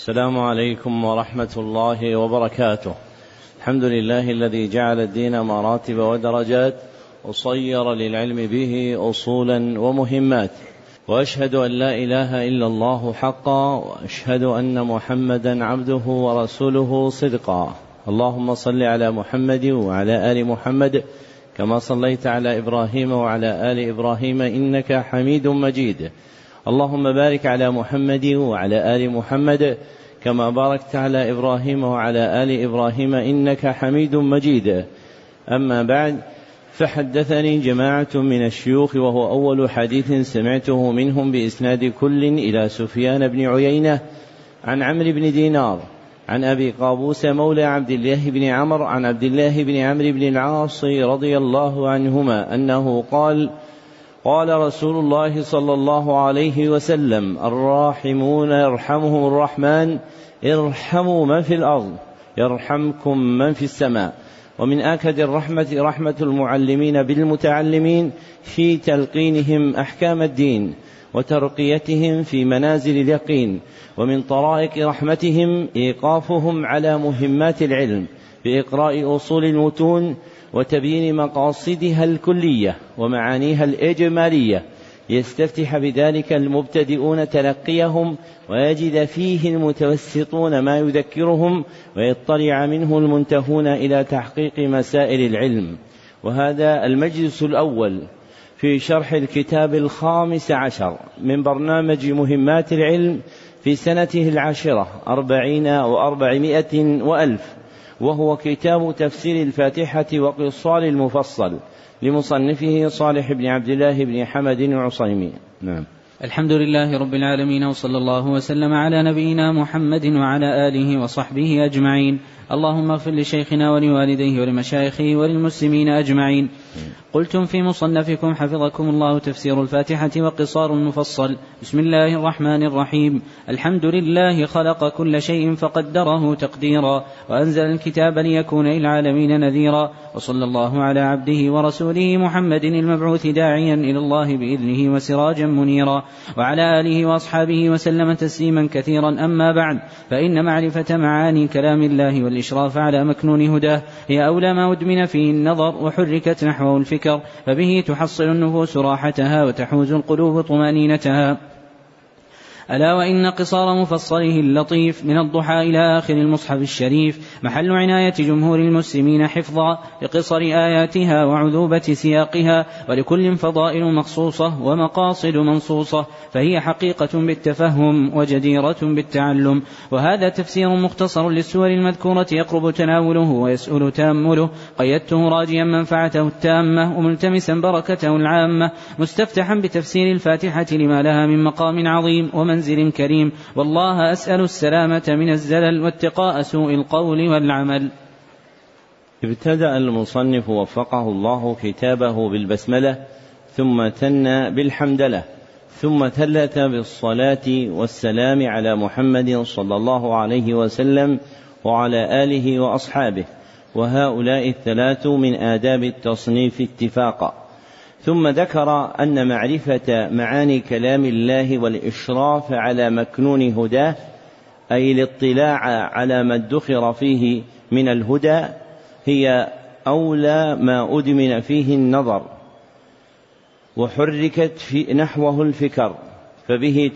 السلام عليكم ورحمة الله وبركاته. الحمد لله الذي جعل الدين مراتب ودرجات وصير للعلم به أصولا ومهمات، وأشهد أن لا إله إلا الله حقا، وأشهد أن محمدا عبده ورسوله صدقا. اللهم صل على محمد وعلى آل محمد كما صليت على إبراهيم وعلى آل إبراهيم إنك حميد مجيد. اللهم بارك على محمد وعلى آل محمد كما باركت على إبراهيم وعلى آل إبراهيم إنك حميد مجيد. أما بعد، فحدثني جماعة من الشيوخ، وهو أول حديث سمعته منهم بإسناد كل إلى سفيان بن عيينة عن عمرو بن دينار عن أبي قابوس مولى عبد الله بن عمرو عن عبد الله بن عمرو بن العاص رضي الله عنهما أنه قال: قال رسول الله صلى الله عليه وسلم: الراحمون يرحمهم الرحمن، ارحموا من في الأرض يرحمكم من في السماء. ومن آكد الرحمة رحمة المعلمين بالمتعلمين في تلقينهم أحكام الدين وترقيتهم في منازل اليقين. ومن طرائق رحمتهم إيقافهم على مهمات العلم بإقراء أصول المتون وتبيين مقاصدها الكلية ومعانيها الإجمالية، يستفتح بذلك المبتدئون تلقيهم، ويجد فيه المتوسطون ما يذكرهم، ويطلع منه المنتهون إلى تحقيق مسائل العلم. وهذا المجلس الأول في شرح الكتاب 15 من برنامج مهمات العلم في سنته 10 40 و400 وألف، وهو كتاب تفسير الفاتحة وقصار المفصل لمصنفه صالح بن عبد الله بن حمد العصيمي. نعم. الحمد لله رب العالمين، وصلى الله وسلم على نبينا محمد وعلى آله وصحبه أجمعين. اللهم اغفر لشيخنا ولوالديه ولمشايخه وللمسلمين أجمعين. قلتم في مصنفكم حفظكم الله: تفسير الفاتحة وقصار المفصل. بسم الله الرحمن الرحيم. الحمد لله خلق كل شيء فقدره تقديرا، وأنزل الكتاب ليكون للعالمين نذيرا، وصلى الله على عبده ورسوله محمد المبعوث داعيا إلى الله بإذنه وسراجا منيرا، وعلى آله وأصحابه وسلم تسليما كثيرا. أما بعد، فإن معرفة معاني كلام الله والإشراف على مكنون هداه هي أولى ما أدمن فيه النظر وحركت نحوه الفكر، فبه تحصل النفوس راحتها وتحوز القلوب طمأنينتها. ألا وإن قصار مفصله اللطيف من الضحى إلى آخر المصحف الشريف محل عناية جمهور المسلمين حفظا لقصر آياتها وعذوبة سياقها، ولكل فضائل مخصوصة ومقاصد منصوصة، فهي حقيقة بالتفهم وجديرة بالتعلم. وهذا تفسير مختصر للسور المذكورة يقرب تناوله ويسأل تأمله، قيدته راجيا منفعته التامة وملتمسا بركته العامة، مستفتحا بتفسير الفاتحة لما لها من مقام عظيم ومنزل كريم. والله أسأل السلامة من الزلل واتقاء سوء القول والعمل. ابتدأ المصنف وفقه الله كتابه بالبسملة، ثم ثنى بالحمدلة، ثم ثلث بالصلاة والسلام على محمد صلى الله عليه وسلم وعلى آله وأصحابه، وهؤلاء الثلاث من آداب التصنيف اتفاقا. ثم ذكر أن معرفة معاني كلام الله والإشراف على مكنون هداه، أي الاطلاع على ما ادخر فيه من الهدى، هي أولى ما أدمن فيه النظر وحركت في نحوه الفكر، فبه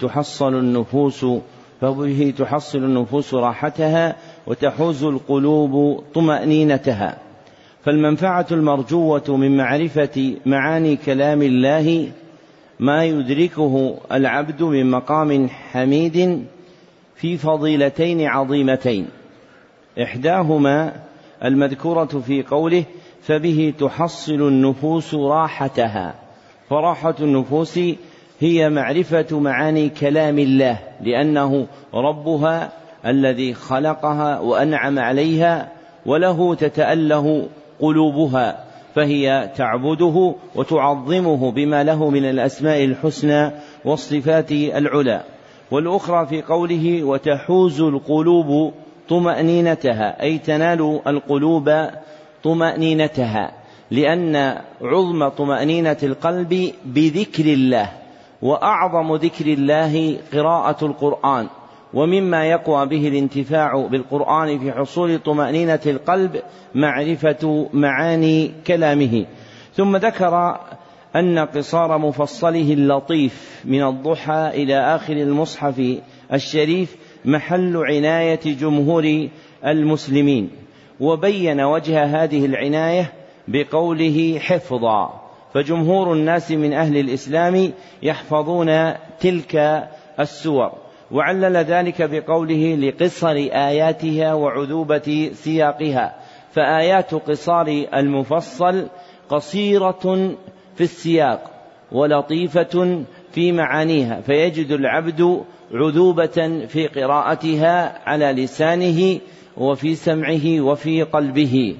تحصل النفوس راحتها وتحوز القلوب طمأنينتها. فالمنفعة المرجوة من معرفة معاني كلام الله ما يدركه العبد من مقام حميد في فضيلتين عظيمتين، إحداهما المذكورة في قوله: فبه تحصل النفوس راحتها. فراحة النفوس هي معرفة معاني كلام الله، لأنه ربها الذي خلقها وأنعم عليها، وله تتأله قلوبها، فهي تعبده وتعظمه بما له من الأسماء الحسنى والصفات العلى. والأخرى في قوله: وتحوز القلوب طمأنينتها، أي تنال القلوب طمأنينتها، لأن عظم طمأنينة القلب بذكر الله، وأعظم ذكر الله قراءة القرآن، ومما يقوى به الانتفاع بالقرآن في حصول طمأنينة القلب معرفة معاني كلامه. ثم ذكر أن قصار مفصله اللطيف من الضحى إلى آخر المصحف الشريف محل عناية جمهور المسلمين، وبين وجه هذه العناية بقوله حفظا، فجمهور الناس من أهل الإسلام يحفظون تلك السور، وعلل ذلك بقوله لقصر آياتها وعذوبة سياقها، فآيات قصار المفصل قصيرة في السياق ولطيفة في معانيها، فيجد العبد عذوبة في قراءتها على لسانه وفي سمعه وفي قلبه،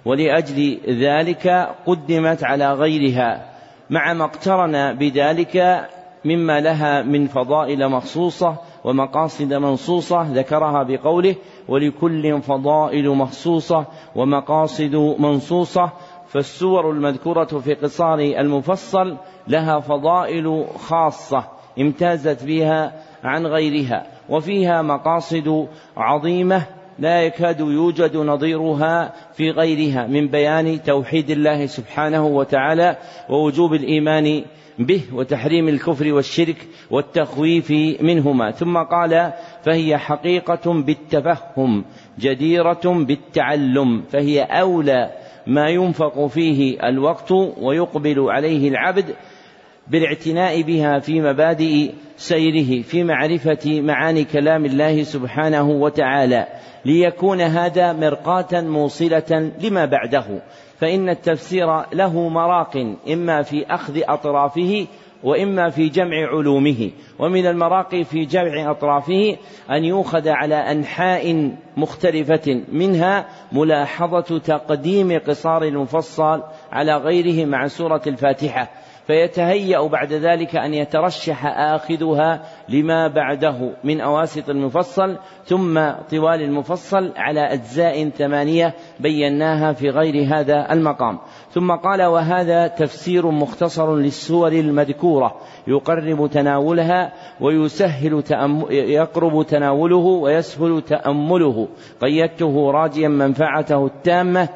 ولأجل ذلك قدمت على غيرها، مع ما اقترن بذلك مما لها من فضائل مخصوصة ومقاصد منصوصة ذكرها بقوله ولكل فضائل مخصوصة ومقاصد منصوصة. فالسور المذكورة في قصار المفصل لها فضائل خاصة امتازت بها عن غيرها، وفيها مقاصد عظيمة لا يكاد يوجد نظيرها في غيرها من بيان توحيد الله سبحانه وتعالى ووجوب الإيمان به وتحريم الكفر والشرك والتخويف منهما. ثم قال فهي حقيقة بالتفهم جديرة بالتعلم، فهي أولى ما ينفق فيه الوقت ويقبل عليه العبد بالاعتناء بها في مبادئ سيره في معرفة معاني كلام الله سبحانه وتعالى، ليكون هذا مرقاة موصلة لما بعده، فإن التفسير له مراق إما في أخذ أطرافه وإما في جمع علومه. ومن المراقي في جمع أطرافه أن يؤخذ على أنحاء مختلفة، منها ملاحظة تقديم قصار المفصل على غيره مع سورة الفاتحة، فيتهيأ بعد ذلك أن يترشح آخذها لما بعده من أواسط المفصل ثم طوال المفصل على أجزاء 8 بيناها في غير هذا المقام. ثم قال وهذا تفسير مختصر للسور المذكورة يقرب تناولها ويسهل يقرب تناوله ويسهل تأمله، قيدته راجيا منفعته التامة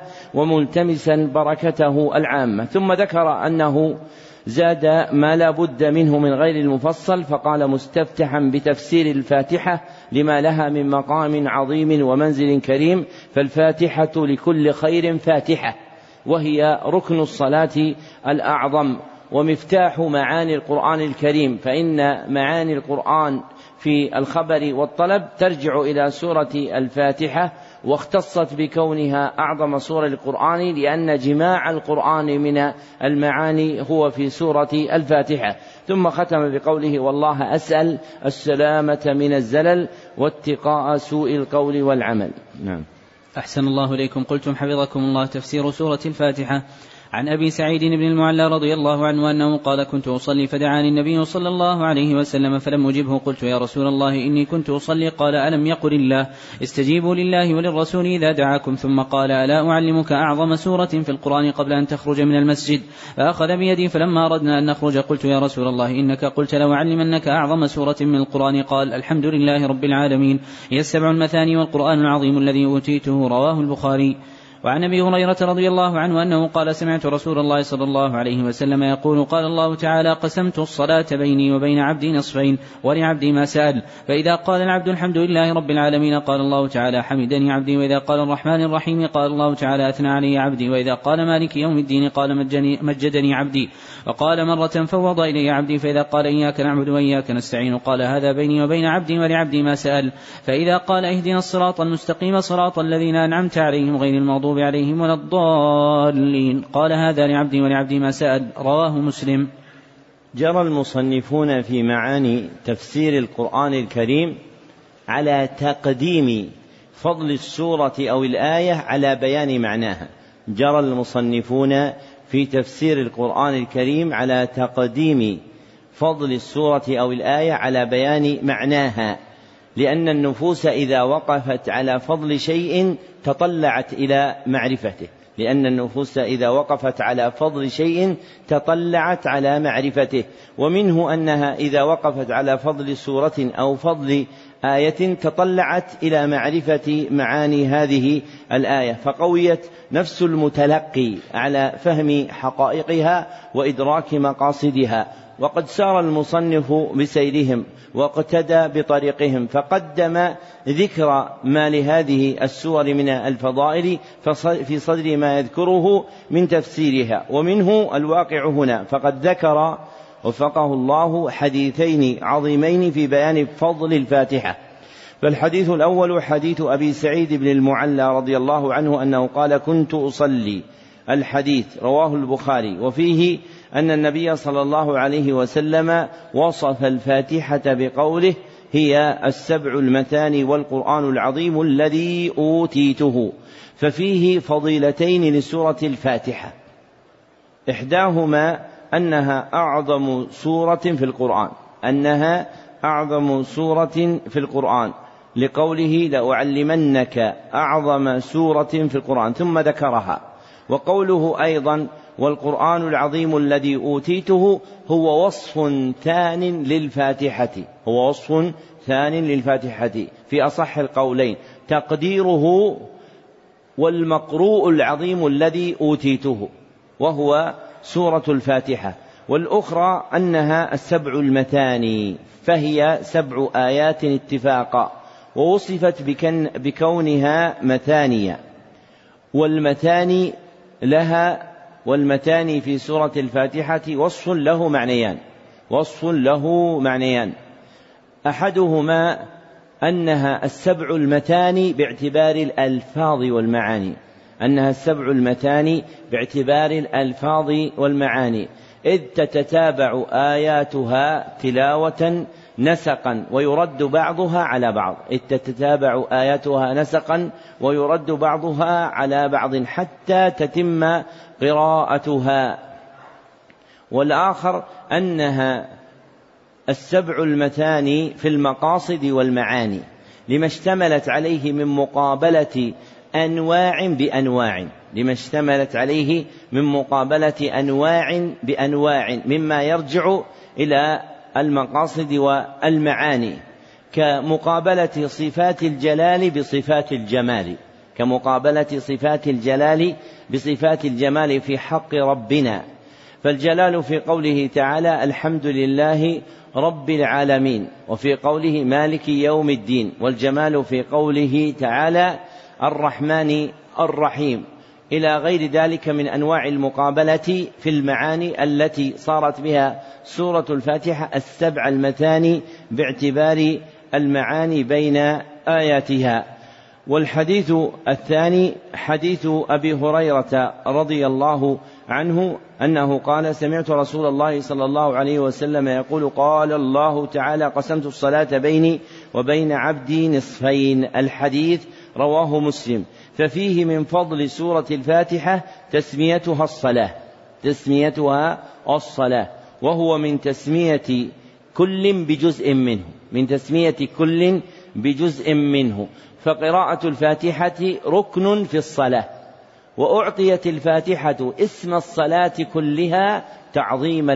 وملتمسا بركته العامة. ثم ذكر أنه زاد ما لا بد منه من غير المفصل، فقال مستفتحا بتفسير الفاتحة لما لها من مقام عظيم ومنزل كريم، فالفاتحة لكل خير فاتحة، وهي ركن الصلاة الأعظم ومفتاح معاني القرآن الكريم، فإن معاني القرآن في الخبر والطلب ترجع إلى سورة الفاتحة، واختصت بكونها أعظم سورة القرآن لأن جماع القرآن من المعاني هو في سورة الفاتحة. ثم ختم بقوله والله أسأل السلامة من الزلل واتقاء سوء القول والعمل. نعم. أحسن الله إليكم. قلتم حفظكم الله تفسير سورة الفاتحة. عن أبي سعيد بن المعلى رضي الله عنه أنه قال كنت أصلي فدعاني النبي صلى الله عليه وسلم فلم أجبه، قلت يا رسول الله إني كنت أصلي، قال ألم يقل الله استجيبوا لله وللرسول إذا دعاكم، ثم قال ألا أعلمك أعظم سورة في القرآن قبل أن تخرج من المسجد، فأخذ بيدي فلما أردنا أن نخرج قلت يا رسول الله إنك قلت لو أعلمنك أعظم سورة من القرآن، قال الحمد لله رب العالمين هي السبع المثاني والقرآن العظيم الذي أوتيته، رواه البخاري. وعن أبي هريرة رضي الله عنه أنه قال سمعت رسول الله صلى الله عليه وسلم يقول قال الله تعالى قسمت الصلاة بيني وبين عبدي نصفين ولعبدي ما سأل، فإذا قال العبد الحمد لله رب العالمين قال الله تعالى حمدني عبدي، وإذا قال الرحمن الرحيم قال الله تعالى أثنى علي عبدي، وإذا قال مالك يوم الدين قال مجدني عبدي، وقال مرة فوض إلي عبدي، فإذا قال إياك نعبد وإياك نستعين قال هذا بيني وبين عبدي ولعبدي ما سأل، فإذا قال اهدنا الصراط المستقيم صراط الذين أنعمت عليهم غير المغضوب عليهم ولا الضالين قال هذا لعبدي ولعبدي ما سأل، رواه مسلم. جرى المصنفون في معاني تفسير القرآن الكريم على تقديم فضل السورة أو الآية على بيان معناها. جرى المصنفون في تفسير القرآن الكريم على تقديم فضل السورة أو الآية على بيان معناها، لأن النفوس إذا وقفت على فضل شيء تطلعت إلى معرفته، لأن النفوس إذا وقفت على فضل شيء تطلعت على معرفته، ومنه أنها إذا وقفت على فضل سورة أو فضل آية تطلعت إلى معرفة معاني هذه الآية، فقويت نفس المتلقي على فهم حقائقها وإدراك مقاصدها. وقد سار المصنف بسيرهم واقتدى بطريقهم، فقدم ذكر ما لهذه السور من الفضائل في صدر ما يذكره من تفسيرها، ومنه الواقع هنا. فقد ذكر وفقه الله حديثين عظيمين في بيان فضل الفاتحة. فالحديث الأول حديث أبي سعيد بن المعلى رضي الله عنه أنه قال: كنت أصلي. الحديث رواه البخاري، وفيه أن النبي صلى الله عليه وسلم وصف الفاتحة بقوله: هي السبع المثاني والقرآن العظيم الذي أوتيته. ففيه فضيلتين لسورة الفاتحة، إحداهما أنها أعظم سورة في القرآن، لقوله: لأعلمنك أعظم سورة في القرآن، ثم ذكرها. وقوله أيضا: والقرآن العظيم الذي أوتيته، هو وصف ثان للفاتحة في أصح القولين، تقديره والمقروء العظيم الذي أوتيته، وهو سورة الفاتحة. والأخرى أنها السبع المثاني، فهي 7 آيات اتفاقا، ووصفت بكونها مثانية. والمثاني في سورة الفاتحة وصف له معنيان، أحدهما أنها السبع المثاني باعتبار الألفاظ والمعاني، إذ تتتابع آياتها تلاوة نسقا ويرد بعضها على بعض حتى تتم قراءتها. والآخر أنها السبع المثاني في المقاصد والمعاني، لما اشتملت عليه من مقابلة أنواع بأنواع مما يرجع إلى المقاصد والمعاني، كمقابلة صفات الجلال بصفات الجمال في حق ربنا. فالجلال في قوله تعالى: الحمد لله رب العالمين، وفي قوله: مالك يوم الدين. والجمال في قوله تعالى: الرحمن الرحيم، إلى غير ذلك من أنواع المقابلة في المعاني التي صارت بها سورة الفاتحة السبع المثاني باعتبار المعاني بين آياتها. والحديث الثاني حديث أبي هريرة رضي الله عنه أنه قال: سمعت رسول الله صلى الله عليه وسلم يقول: قال الله تعالى: قسمت الصلاة بيني وبين عبدي نصفين. الحديث رواه مسلم. ففيه من فضل سورة الفاتحة تسميتها الصلاة، وهو من تسمية كل بجزء منه، فقراءة الفاتحة ركن في الصلاة، وأعطيت الفاتحة اسم الصلاة كلها تعظيما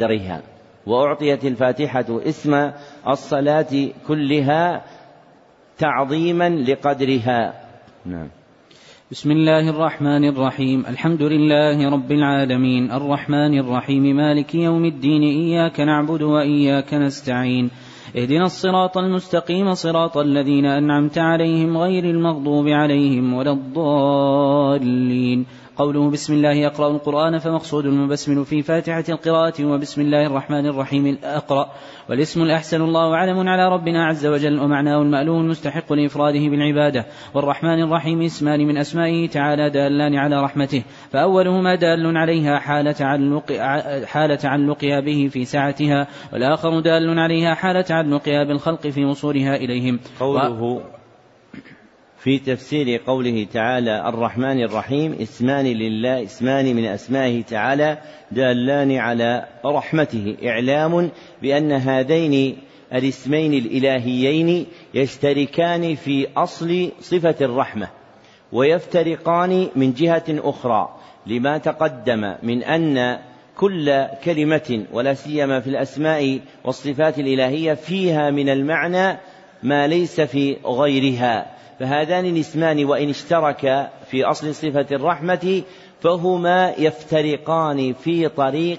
لقدرها. نعم. بسم الله الرحمن الرحيم. الحمد لله رب العالمين، الرحمن الرحيم، مالك يوم الدين، إياك نعبد وإياك نستعين، اهدنا الصراط المستقيم، صراط الذين أنعمت عليهم غير المغضوب عليهم ولا الضالين. قوله بسم الله يقرأ القرآن، فمقصود المبسمل في فاتحة القراءة وبسم الله الرحمن الرحيم الأقرأ، والاسم الأحسن الله أعلم على ربنا عز وجل، ومعناه المألوه المستحق لإفراده بالعبادة. والرحمن الرحيم اسمان من أسمائه تعالى دالان على رحمته، فأولهما دال عليها حال تعلقها به في ساعتها، والآخر دال عليها حال تعلقها بالخلق في وصولها إليهم. قوله في تفسير قوله تعالى الرحمن الرحيم: اسمان من أسمائه تعالى دالان على رحمته، إعلام بأن هذين الاسمين الإلهيين يشتركان في أصل صفة الرحمة، ويفترقان من جهة أخرى، لما تقدم من أن كل كلمة ولا سيما في الأسماء والصفات الإلهية فيها من المعنى ما ليس في غيرها. فهذان الاسمان وإن اشتركا في أصل صفة الرحمة فهما يفترقان في طريق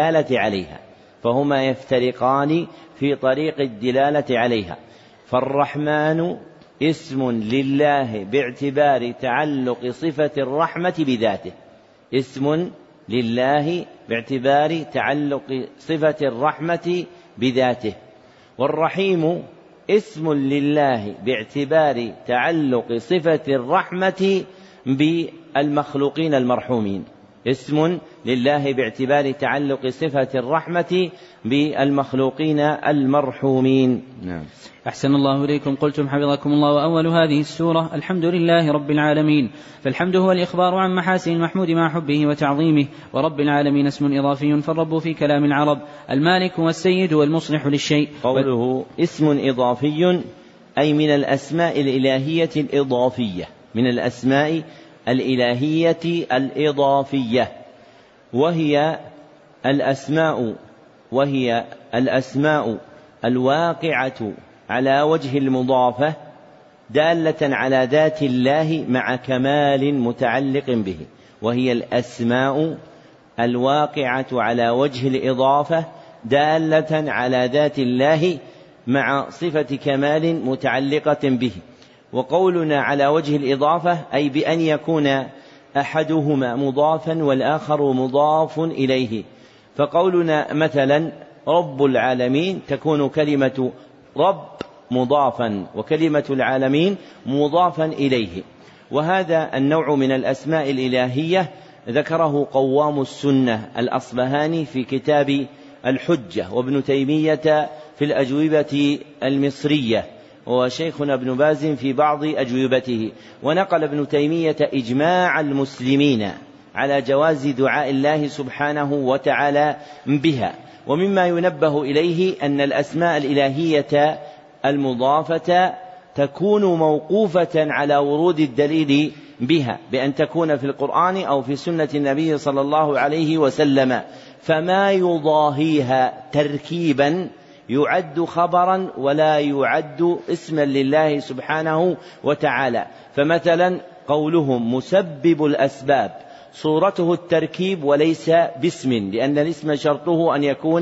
الدلالة عليها. فالرحمن اسم لله باعتبار تعلق صفة الرحمة بذاته، اسم لله باعتبار تعلق صفة الرحمة بذاته. والرحيم اسم لله باعتبار تعلق صفة الرحمة بالمخلوقين المرحومين، اسم لله باعتبار تعلق صفة الرحمة بالمخلوقين المرحومين. نعم. أحسن الله إليكم. قلتم حفظكم الله: وأول هذه السورة الحمد لله رب العالمين. فالحمد هو الإخبار عن محاسن المحمود مع حبه وتعظيمه. ورب العالمين اسم إضافي، فالرب في كلام العرب المالك والسيد والمصلح للشيء. قوله اسم إضافي أي من الأسماء الإلهية الإضافية، وهي الأسماء الواقعة على وجه المضافة دالة على ذات الله مع كمال متعلق به. وهي الأسماء الواقعة على وجه الإضافة دالة على ذات الله مع صفة كمال متعلقة به. وقولنا على وجه الإضافة أي بأن يكون أحدهما مضافا والآخر مضاف إليه. فقولنا مثلا رب العالمين تكون كلمة رب مضافا وكلمة العالمين مضافا إليه. وهذا النوع من الأسماء الإلهية ذكره قوام السنة الأصبهاني في كتاب الحجة، وابن تيمية في الأجوبة المصرية، وشيخنا ابن باز في بعض أجوبته. ونقل ابن تيمية إجماع المسلمين على جواز دعاء الله سبحانه وتعالى بها. ومما ينبه إليه أن الأسماء الإلهية المضافة تكون موقوفة على ورود الدليل بها، بأن تكون في القرآن أو في سنة النبي صلى الله عليه وسلم. فما يضاهيها تركيبا يعد خبرا ولا يعد اسما لله سبحانه وتعالى. فمثلا قولهم مسبب الأسباب صورته التركيب وليس باسم، لأن الاسم شرطه أن يكون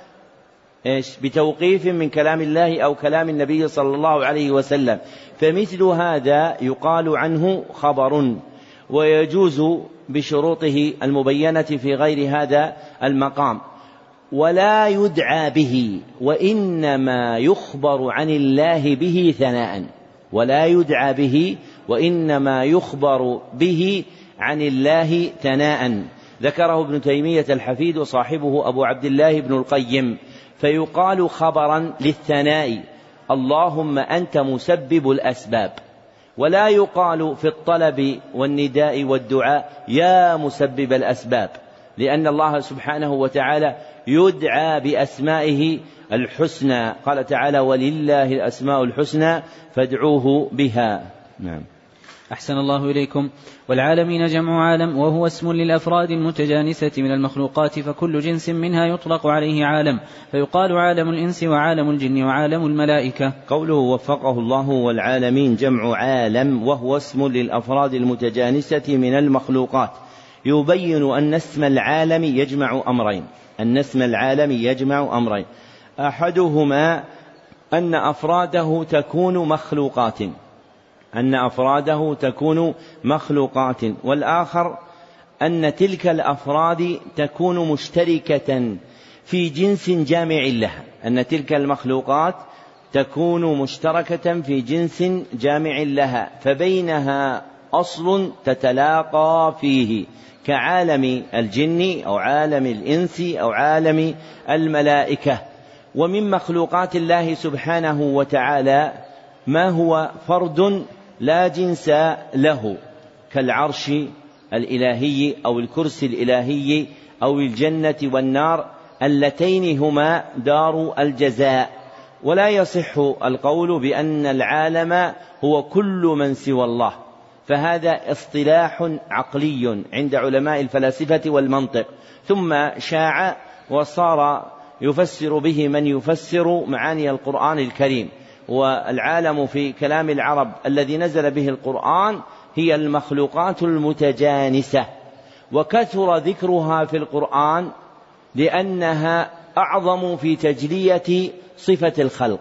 بتوقيف من كلام الله أو كلام النبي صلى الله عليه وسلم. فمثل هذا يقال عنه خبر، ويجوز بشروطه المبينة في غير هذا المقام. ولا يدعى به وإنما يخبر عن الله به ثناء، ولا يدعى به وإنما يخبر به عن الله ثناء. ذكره ابن تيمية الحفيد وصاحبه أبو عبد الله بن القيم. فيقال خبرا للثناء اللهم أنت مسبب الأسباب، ولا يقال في الطلب والنداء والدعاء يا مسبب الأسباب، لأن الله سبحانه وتعالى يدعى بأسمائه الحسنى. قال تعالى ولله الأسماء الحسنى فادعوه بها. نعم. أحسن الله إليكم. والعالمين جمع عالم، وهو اسم للأفراد المتجانسة من المخلوقات، فكل جنس منها يطلق عليه عالم، فيقال عالم الإنس وعالم الجن وعالم الملائكة. قوله وفقه الله والعالمين جمع عالم، وهو اسم للأفراد المتجانسة من المخلوقات، يبين أن اسم العالم يجمع أمرين، أحدهما أن أفراده تكون مخلوقات، والآخر أن تلك الأفراد تكون مشتركة في جنس جامع لها، أن تلك المخلوقات تكون مشتركة في جنس جامع لها، فبينها أصل تتلاقى فيه، كعالم الجن أو عالم الإنس أو عالم الملائكة. ومن مخلوقات الله سبحانه وتعالى ما هو فرد لا جنس له، كالعرش الإلهي أو الكرسي الإلهي أو الجنة والنار اللتين هما دار الجزاء. ولا يصح القول بأن العالم هو كل من سوى الله، فهذا اصطلاح عقلي عند علماء الفلاسفة والمنطق، ثم شاع وصار يفسر به من يفسر معاني القرآن الكريم. والعالم في كلام العرب الذي نزل به القرآن هي المخلوقات المتجانسة، وكثر ذكرها في القرآن لأنها أعظم في تجلية صفة الخلق،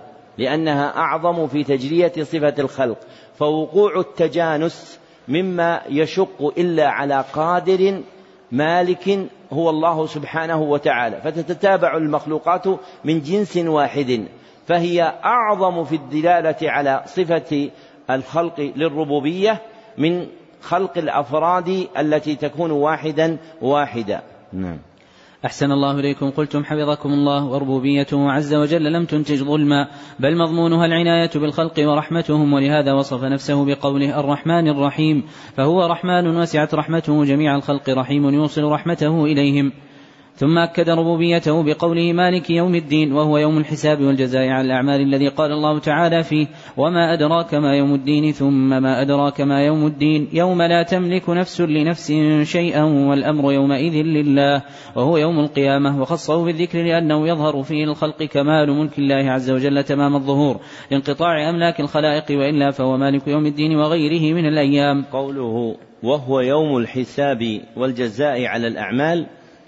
فوقوع التجانس مما يشق إلا على قادر مالك هو الله سبحانه وتعالى، فتتتابع المخلوقات من جنس واحد، فهي أعظم في الدلالة على صفة الخلق للربوبية من خلق الأفراد التي تكون واحدا. نعم. أحسن الله إليكم. قلتم حفظكم الله وربوبيته عز وجل لم تنتج ظلما، بل مضمونها العناية بالخلق ورحمتهم، ولهذا وصف نفسه بقوله الرحمن الرحيم، فهو رحمن وسعت رحمته جميع الخلق، رحيم يوصل رحمته إليهم. ثم أكد ربوبيته بقوله مالك يوم الدين، وهو يوم الحساب والجزاء على الأعمال، الذي قال الله تعالى فيه وما أدراك ما يوم الدين، ثم ما أدراك ما يوم الدين، يوم لا تملك نفس لنفس شيئا والأمر يومئذ لله، وهو يوم القيامة. وخصه بالذكر لأنه يظهر فيه الخلق كمال ملك الله عز وجل تمام الظهور لانقطاع أملاك الخلائق، وإلا فهو مالك يوم الدين وغيره من الأيام. قوله وهو يوم الحساب والجزاء على الأعمال،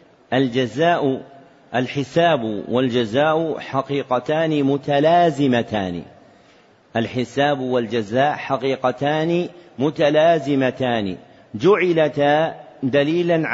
الحساب والجزاء حقيقتان متلازمتان، الحساب والجزاء حقيقتان متلازمتان، جعلتا دليلا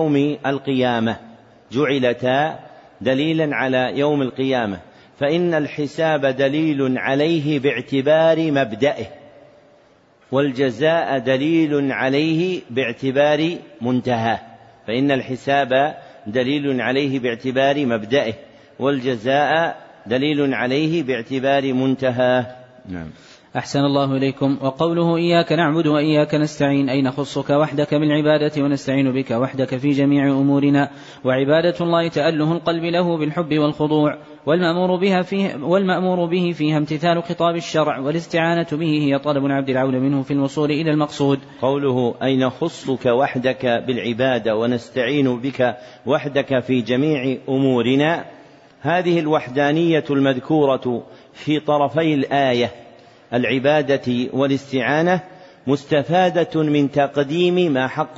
على يوم القيامة، فإن الحساب دليل عليه باعتبار مبدئه، والجزاء دليل عليه باعتبار منتهاه، فإن الحساب دليل عليه باعتبار مبدئه، والجزاء دليل عليه باعتبار منتهاه. نعم. أحسن الله إليكم. وقوله إياك نعبد وإياك نستعين، أي نخصك وحدك بالعبادة ونستعين بك وحدك في جميع أمورنا، وعبادة الله تأله القلب له بالحب والخضوع، والمأمور به فيها امتثال خطاب الشرع، والاستعانة به هي طلب العبد العون منه في الوصول إلى المقصود. قوله أي نخصك وحدك بالعبادة ونستعين بك وحدك في جميع أمورنا، هذه الوحدانية المذكورة في طرفي الآية العبادة والاستعانة مستفادة من تقديم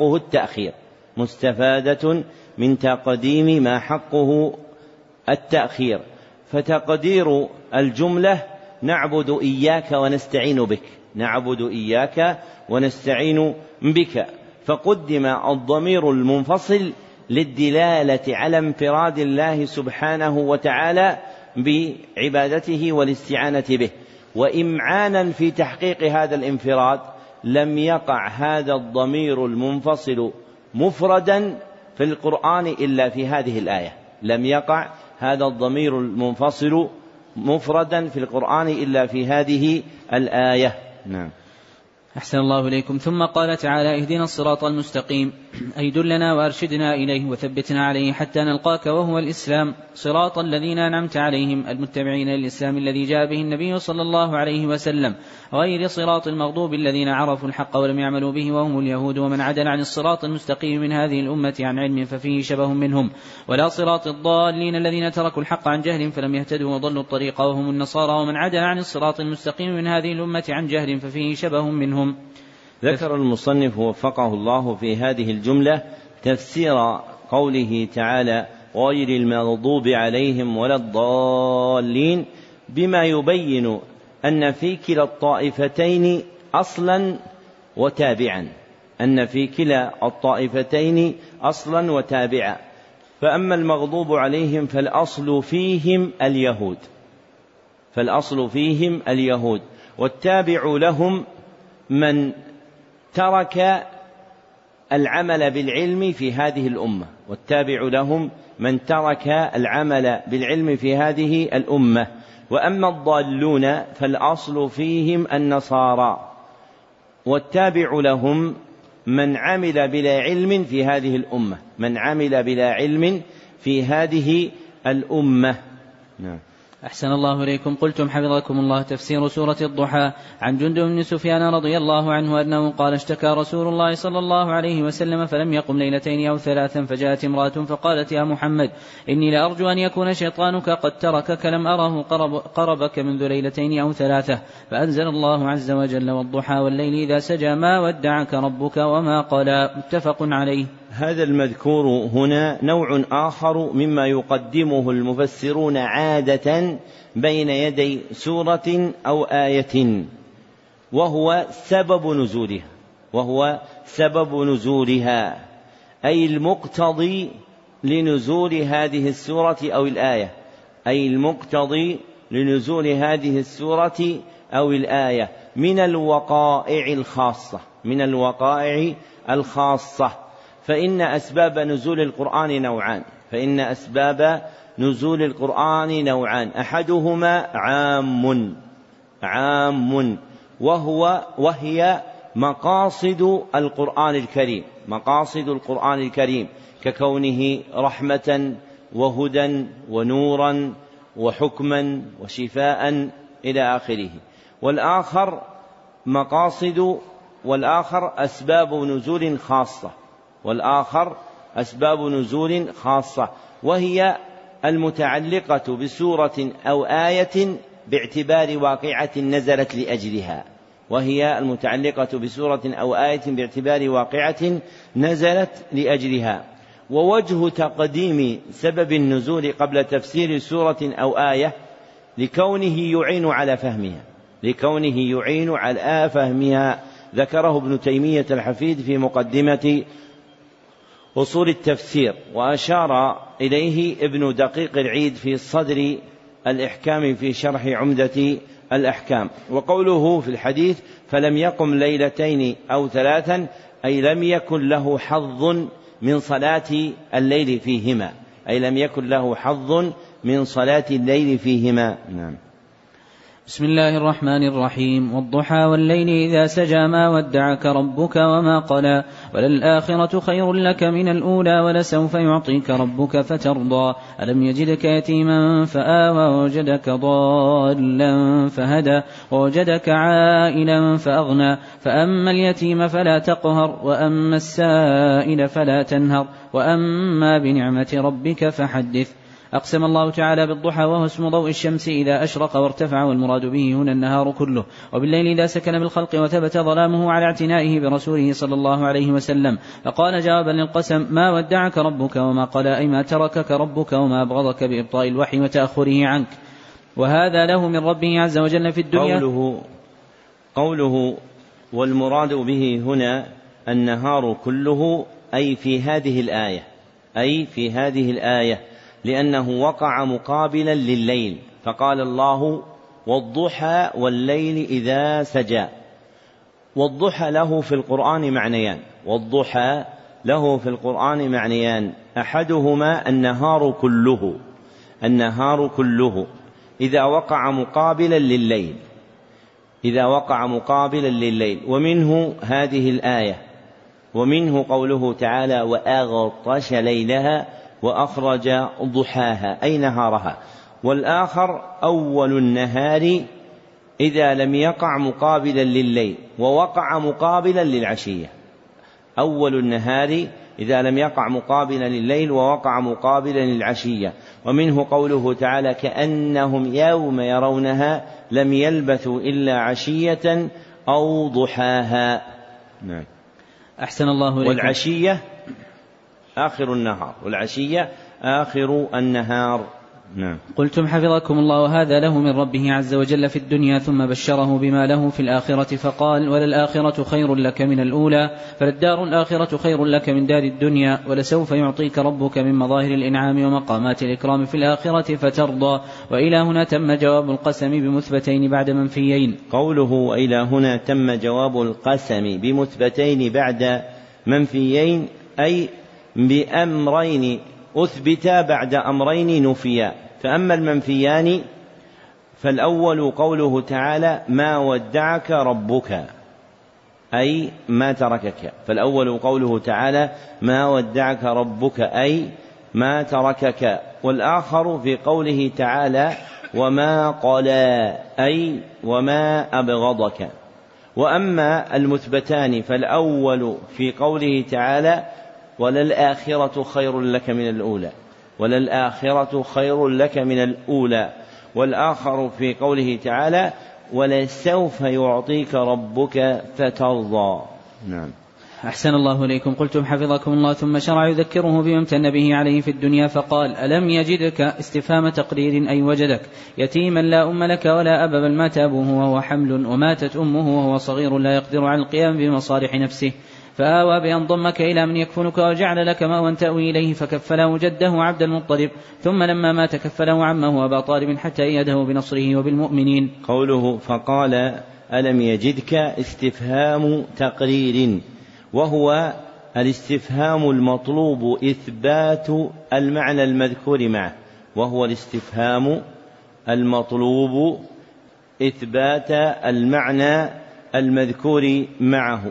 ما حقه التأخير، فتقدير الجملة نعبد إياك ونستعين بك، فقدم الضمير المنفصل للدلالة على انفراد الله سبحانه وتعالى بعبادته والاستعانة به، وإمعانا في تحقيق هذا الانفراد لم يقع هذا الضمير المنفصل مفردا في القرآن إلا في هذه الآية. نعم. أحسن الله إليكم. ثم قال تعالى اهدنا الصراط المستقيم، أي دلنا وأرشدنا إليه وثبتنا عليه حتى نلقاك، وهو الإسلام، صراط الذين أنعمت عليهم المتبعين للإسلام الذي جاء به النبي صلى الله عليه وسلم، غير صراط المغضوب الذين عرفوا الحق ولم يعملوا به وهم اليهود، ومن عدل عن الصراط المستقيم من هذه الأمة عن علم ففيه شبه منهم، ولا صراط الضالين الذين تركوا الحق عن جهل فلم يهتدوا وضلوا الطريق وهم النصارى، ومن عدل عن الصراط المستقيم من هذه الأمة عن جهل ففيه شبه منهم. ذكر المصنف وفقه الله في هذه الجملة تفسير قوله تعالى غير المغضوب عليهم ولا الضالين، بما يبين أن في كلا الطائفتين أصلا وتابعا، فأما المغضوب عليهم فالأصل فيهم اليهود، والتابع لهم من ترك العمل بالعلم في هذه الأمة، وأما الضالون فالأصل فيهم النصارى، والتابع لهم من عمل بلا علم في هذه الأمة. نعم. أحسن الله إليكم. قلتم حفظكم الله تفسير سورة الضحى. عن جندب بن سفيان رضي الله عنه أنه قال اشتكى رسول الله صلى الله عليه وسلم فلم يقم ليلتين أو ثلاثا، فجاءت امرأة فقالت يا محمد إني لأرجو أن يكون شيطانك قد تركك لم أره قربك منذ ليلتين أو ثلاثة، فأنزل الله عز وجل والضحى والليل إذا سجى ما ودعك ربك وما قلى. متفق عليه. هذا المذكور هنا نوع آخر مما يقدمه المفسرون عادة بين يدي سورة أو آية، وهو سبب نزولها أي المقتضي لنزول هذه السورة أو الآية، من الوقائع الخاصة. فإن أسباب نزول القرآن نوعان، أحدهما عام وهي مقاصد القرآن الكريم ككونه رحمة وهدى ونورا وحكما وشفاء إلى آخره. والآخر أسباب نزول خاصة، وهي المتعلقة بسورة أو آية باعتبار واقعة نزلت لأجلها. ووجه تقديم سبب النزول قبل تفسير سورة أو آية لكونه يعين على فهمها، ذكره ابن تيمية الحفيد في مقدمة أصول التفسير، وأشار إليه ابن دقيق العيد في صدر الإحكام في شرح عمدة الأحكام. وقوله في الحديث فلم يقم ليلتين أو ثلاثا أي لم يكن له حظ من صلاة الليل فيهما. نعم. بسم الله الرحمن الرحيم. والضحى والليل إذا سجى ما ودعك ربك وما قلى، وللآخرة خير لك من الأولى ولسوف يعطيك ربك فترضى. ألم يجدك يتيما فآوى ووجدك ضالا فهدى ووجدك عائلا فأغنى، فأما اليتيم فلا تقهر وأما السائل فلا تنهر وأما بنعمة ربك فحدث. أقسم الله تعالى بالضحى وهو اسم ضوء الشمس إذا أشرق وارتفع، والمراد به هنا النهار كله، وبالليل إذا سكن بالخلق وثبت ظلامه على اعتنائه برسوله صلى الله عليه وسلم. فقال جوابا للقسم ما ودعك ربك وما قلى، أي ما تركك ربك وما أبغضك بإبطاء الوحي وتأخره عنك، وهذا له من ربه عز وجل في الدنيا. قوله والمراد به هنا النهار كله أي في هذه الآية لأنه وقع مقابلا لليل، فقال الله والضحى والليل إذا سجى. والضحى له في القرآن معنيان، أحدهما النهار كله إذا وقع مقابلا لليل، ومنه هذه الآية، ومنه قوله تعالى وأغطش ليلها وأخرج ضحاها أي نهارها. والآخر أول النهار إذا لم يقع مقابلا لليل ووقع مقابلا للعشية، ومنه قوله تعالى كأنهم يوم يرونها لم يلبثوا إلا عشية أو ضحاها. نعم. أحسن الله إليكم. والعشية آخر النهار. نعم. قلتم حفظكم الله وهذا له من ربه عز وجل في الدنيا، ثم بشره بما له في الآخرة فقال وللآخرة خير لك من الأولى، فللدار الآخرة خير لك من دار الدنيا، ولسوف يعطيك ربك من مظاهر الإنعام ومقامات الإكرام في الآخرة فترضى. وإلى هنا تم جواب القسم بمثبتين بعد منفيين. قوله وإلى هنا تم جواب القسم بمثبتين بعد منفيين أي بأمرين أثبتا بعد أمرين نفيا. فأما المنفيان فالأول قوله تعالى ما ودعك ربك أي ما تركك، والآخر في قوله تعالى وما قلا أي وما أبغضك. وأما المثبتان فالأول في قوله تعالى وللآخرة خير لك من الأولى، وللآخرة خير لك من الأولى، والآخر في قوله تعالى ولسوف يعطيك ربك فترضى. نعم. أحسن الله إليكم. قلتم حفظكم الله ثم شرع يذكره بما امتن به عليه في الدنيا فقال ألم يجدك استفهام تقرير أي وجدك يتيما لا أم لك ولا أب بل مات أبوه وهو حمل وماتت أمه وهو صغير لا يقدر على القيام بمصالح نفسه فآوى بأن ضمك إلى من يكفلك وجعل لك مأوى تأوي إليه فكفله جده عبد المطلب ثم لما مات كفله عمه أبا طالب حتى أيده بنصره وبالمؤمنين. قوله فقال ألم يجدك استفهام تقرير، وهو الاستفهام المطلوب إثبات المعنى المذكور معه، وهو الاستفهام المطلوب إثبات المعنى المذكور معه.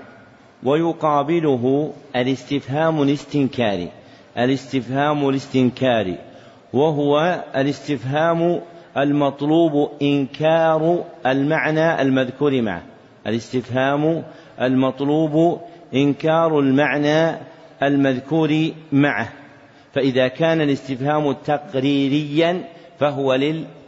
ويقابله الاستفهام الاستنكاري، الاستفهام الاستنكاري وهو الاستفهام المطلوب إنكار المعنى المذكور معه، الاستفهام المطلوب إنكار المعنى المذكور معه. فإذا كان الاستفهام تقريريا فهو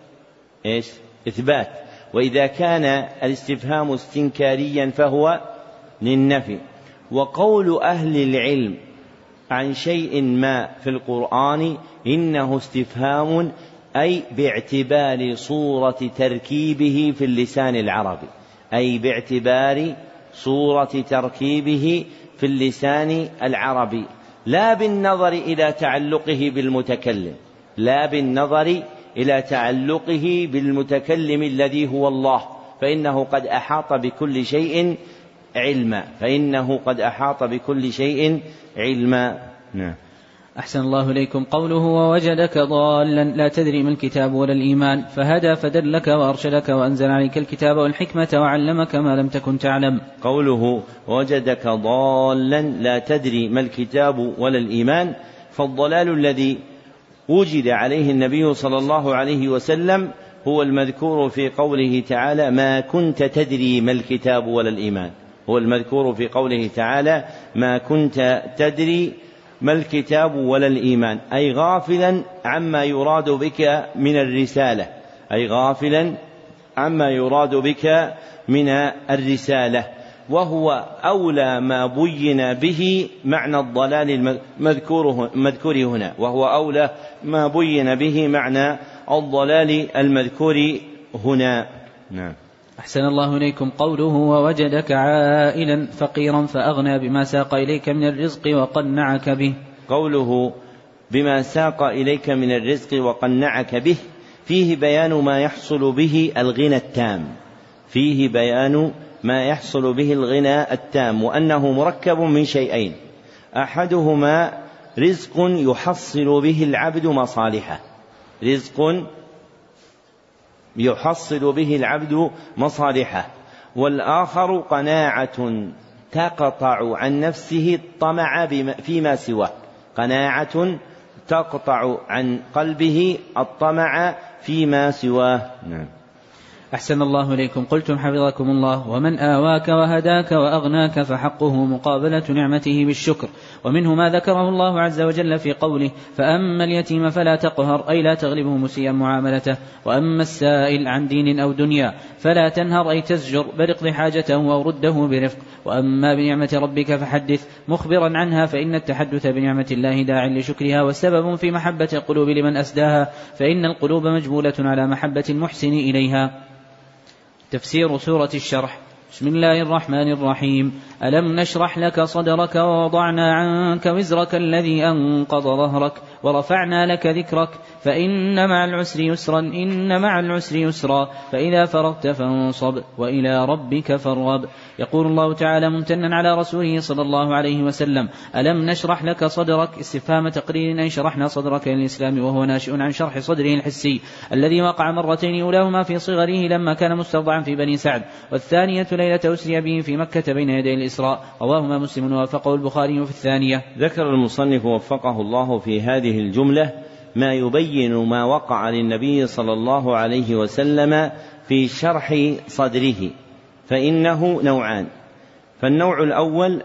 للإثبات، وإذا كان الاستفهام استنكاريا فهو للنفي. وقول أهل العلم عن شيء ما في القرآن إنه استفهام أي باعتبار صورة تركيبه في اللسان العربي، أي باعتبار صورة تركيبه في اللسان العربي، لا بالنظر إلى تعلقه بالمتكلم، لا بالنظر إلى تعلقه بالمتكلم الذي هو الله، فإنه قد أحاط بكل شيء علما، فإنه قد أحاط بكل شيء علما. نعم. أحسن الله إليكم. قوله ووجدك ضالا لا تدري ما الكتاب ولا الإيمان فهدى فدلك وأرشدك وأنزل عليك الكتاب والحكمة وعلمك ما لم تكن تعلم. قوله ووجدك ضالا لا تدري ما الكتاب ولا الإيمان، فالضلال الذي وجد عليه النبي صلى الله عليه وسلم هو المذكور في قوله تعالى ما كنت تدري ما الكتاب ولا الإيمان، هو المذكور في قوله تعالى ما كنت تدري ما الكتاب ولا الإيمان، أي غافلا عما يراد بك من الرسالة، أي غافلا عما يراد بك من الرسالة، وهو أولى ما بين به معنى الضلال المذكور هنا، وهو أولى ما بين به معنى الضلال المذكور هنا. نعم. أحسن الله إليكم. قوله ووجدك عائلا فقيرا فأغنى بما ساق إليك من الرزق وقنعك به. قوله بما ساق إليك من الرزق وقنعك به فيه بيان ما يحصل به الغنى التام، فيه بيان ما يحصل به الغنى التام، وأنه مركب من شيئين، أحدهما رزق يحصل به العبد مصالحه، رزق يحصل به العبد مصالحه، والآخر قناعة تقطع عن نفسه الطمع فيما سواه، قناعة تقطع عن قلبه الطمع فيما سواه. نعم. أحسن الله إليكم. قلتم حفظكم الله ومن آواك وهداك وأغناك فحقه مقابلة نعمته بالشكر، ومنه ما ذكره الله عز وجل في قوله فأما اليتيم فلا تقهر أي لا تغلبه مسيئا معاملته، وأما السائل عن دين أو دنيا فلا تنهر أي تزجر بل اقض حاجته أو رده برفق، وأما بنعمة ربك فحدث مخبرا عنها، فإن التحدث بنعمة الله داع لشكرها وسبب في محبة القلوب لمن أسداها، فإن القلوب مجبولة على محبة المحسن إليها. تفسير سورة الشرح. بسم الله الرحمن الرحيم. ألم نشرح لك صدرك ووضعنا عنك وزرك الذي أنقض ظهرك ورفعنا لك ذكرك فإن مع العسر يسرا إن مع العسر يسرا فإذا فرغت فانصب وإلى ربك فارغب. يقول الله تعالى ممتنا على رسوله صلى الله عليه وسلم ألم نشرح لك صدرك استفهام تقرير أي شرحنا صدرك للإسلام، وهو ناشئ عن شرح صدره الحسي الذي وقع مرتين، أولاهما في صغره لما كان مسترضعا في بني سعد، والثانية ليلة أسري به في مكة بين يدي الإسراء، رواهما مسلم ووافقه البخاري في الثانية. ذكر المصنف وفقه الله في هذه الجملة ما يبين ما وقع للنبي صلى الله عليه وسلم في شرح صدره، فإنه نوعان. فالنوع الأول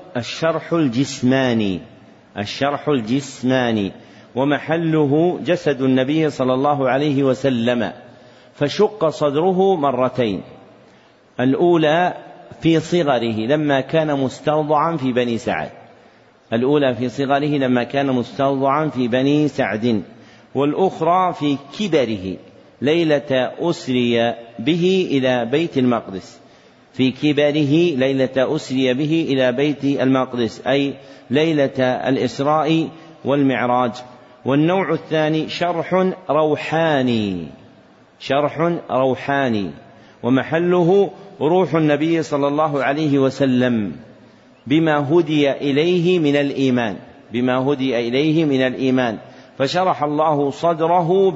الشرح الجسماني ومحله جسد النبي صلى الله عليه وسلم، فشق صدره مرتين، الأولى في صغره لما كان مستوضعا في بني سعد، والأخرى في كبره ليلة أسري به إلى بيت المقدس، أي ليلة الإسراء والمعراج. والنوع الثاني شرح روحاني ومحله روح النبي صلى الله عليه وسلم بما هدي إليه من الإيمان، فشرح الله صدره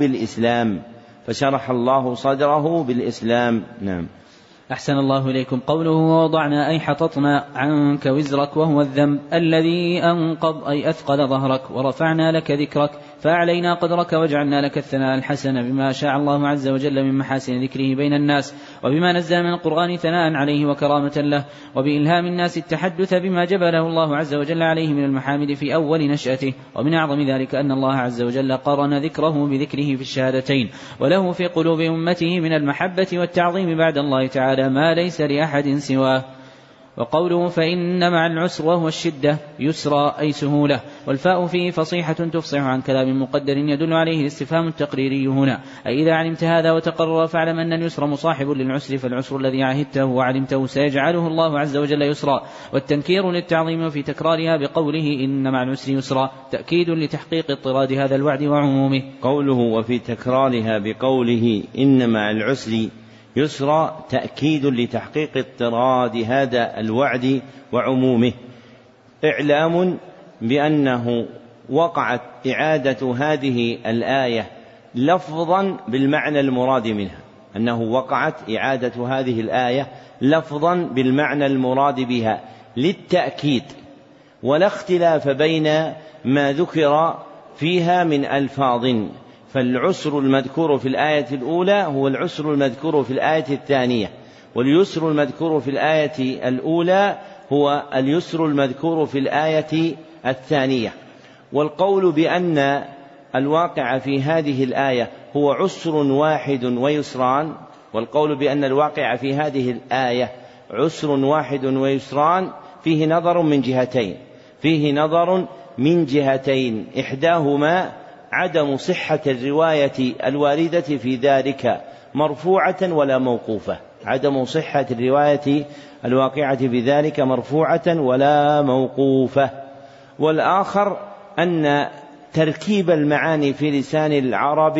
بالإسلام. نعم. أحسن الله إليكم. قوله ووضعنا أي حططنا عنك وزرك، وهو الذنب الذي أنقض أي أثقل ظهرك، ورفعنا لك ذكرك فأعلينا قدرك، وجعلنا لك الثناء الحسن بما شاء الله عز وجل من محاسن ذكره بين الناس، وبما نزل من القرآن ثناء عليه وكرامة له، وبإلهام الناس التحدث بما جبله الله عز وجل عليه من المحامد في أول نشأته. ومن أعظم ذلك أن الله عز وجل قرن ذكره بذكره في الشهادتين، وله في قلوب أمته من المحبة والتعظيم بعد الله تعالى ما ليس لأحد سواه. وقوله فإن مع العسر وهو الشدة يسرى أي سهولة، والفاء فيه فصيحة تفصح عن كلام مقدر يدل عليه الاستفهام التقريري هنا، أي إذا علمت هذا وتقرر فاعلم أن اليسر مصاحب للعسر، فالعسر الذي عهدته وعلمته سيجعله الله عز وجل يسرا. والتنكير للتعظيم في تكرارها بقوله إن مع العسر يسرا تأكيد لتحقيق اضطراد هذا الوعد وعمومه. قوله وفي تكرارها بقوله إن مع العسر يسرى تأكيد لتحقيق اضطراد هذا الوعد وعمومه. إعلام بأنه وقعت إعادة هذه الآية لفظا بالمعنى المراد بها للتأكيد، ولا اختلاف بين ما ذكر فيها من ألفاظ، فالعسر المذكور في الآية الأولى هو العسر المذكور في الآية الثانية، واليسر المذكور في الآية الأولى هو اليسر المذكور في الآية الثانية. والقول بأن الواقع في هذه الآية هو عسر واحد ويسران فيه نظر من جهتين، إحداهما عدم صحة الرواية الواردة في ذلك مرفوعة ولا موقوفة والآخر أن تركيب المعاني في لسان العرب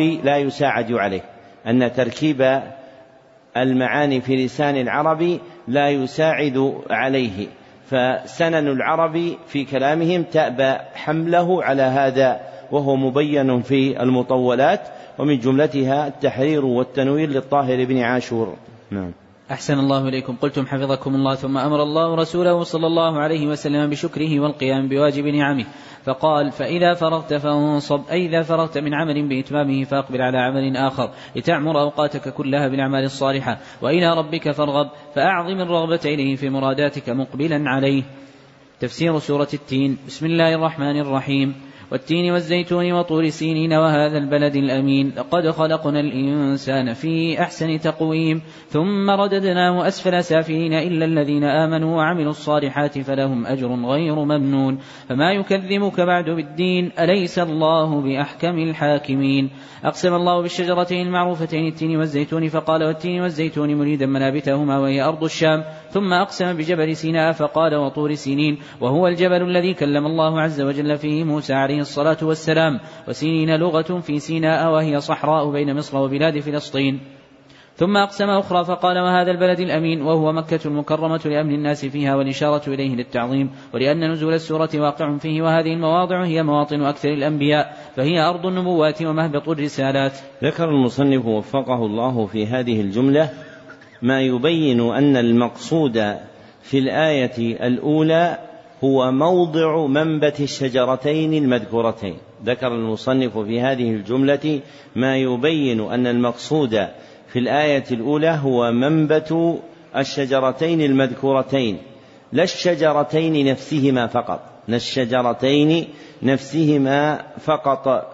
لا يساعد عليه، فسنن العرب في كلامهم تأبى حمله على هذا، وهو مبين في المطولات، ومن جملتها التحرير والتنوير للطاهر بن عاشور. نعم. أحسن الله إليكم. قلتم حفظكم الله ثم أمر الله رسوله صلى الله عليه وسلم بشكره والقيام بواجب نعمه، فقال فإذا فرغت فانصب، أي إذا فرغت من عمل بإتمامه فأقبل على عمل آخر لتعمر أوقاتك كلها بالأعمال الصالحة، وإلى ربك فارغب فأعظم الرغبة إليه في مراداتك مقبلا عليه. تفسير سورة التين. بسم الله الرحمن الرحيم. والتين والزيتون وطور سينين وهذا البلد الأمين، لقد خلقنا الإنسان في أحسن تقويم ثم رددناه أسفل سافلين إلا الذين آمنوا وعملوا الصالحات فلهم أجر غير ممنون، فما يكذبك بعد بالدين، أليس الله بأحكم الحاكمين. أقسم الله بالشجرتين المعروفتين التين والزيتون، فقال والتين والزيتون مريدا منابتهما وهي أرض الشام، ثم أقسم بجبل سيناء فقال وطور سينين، وهو الجبل الذي كلم الله عز وجل فيه موسى عليه الصلاة والسلام. وسينين لغة في سيناء وهي صحراء بين مصر وبلاد فلسطين. ثم أقسم أخرى فقال وهذا البلد الأمين، وهو مكة المكرمة لأمن الناس فيها، والإشارة إليه للتعظيم، ولأن نزول السورة واقع فيه، وهذه المواضع هي مواطن أكثر الأنبياء، فهي أرض النبوات ومهبط الرسالات. ذكر المصنف وفقه الله في هذه الجملة ما يبين أن المقصود في الآية الأولى هو موضع منبت الشجرتين المذكورتين. ذكر المصنف في هذه الجملة ما يبين أن المقصود في الآية الأولى هو منبت الشجرتين المذكورتين، لا الشجرتين نفسهما فقط، لا الشجرتين نفسهما فقط،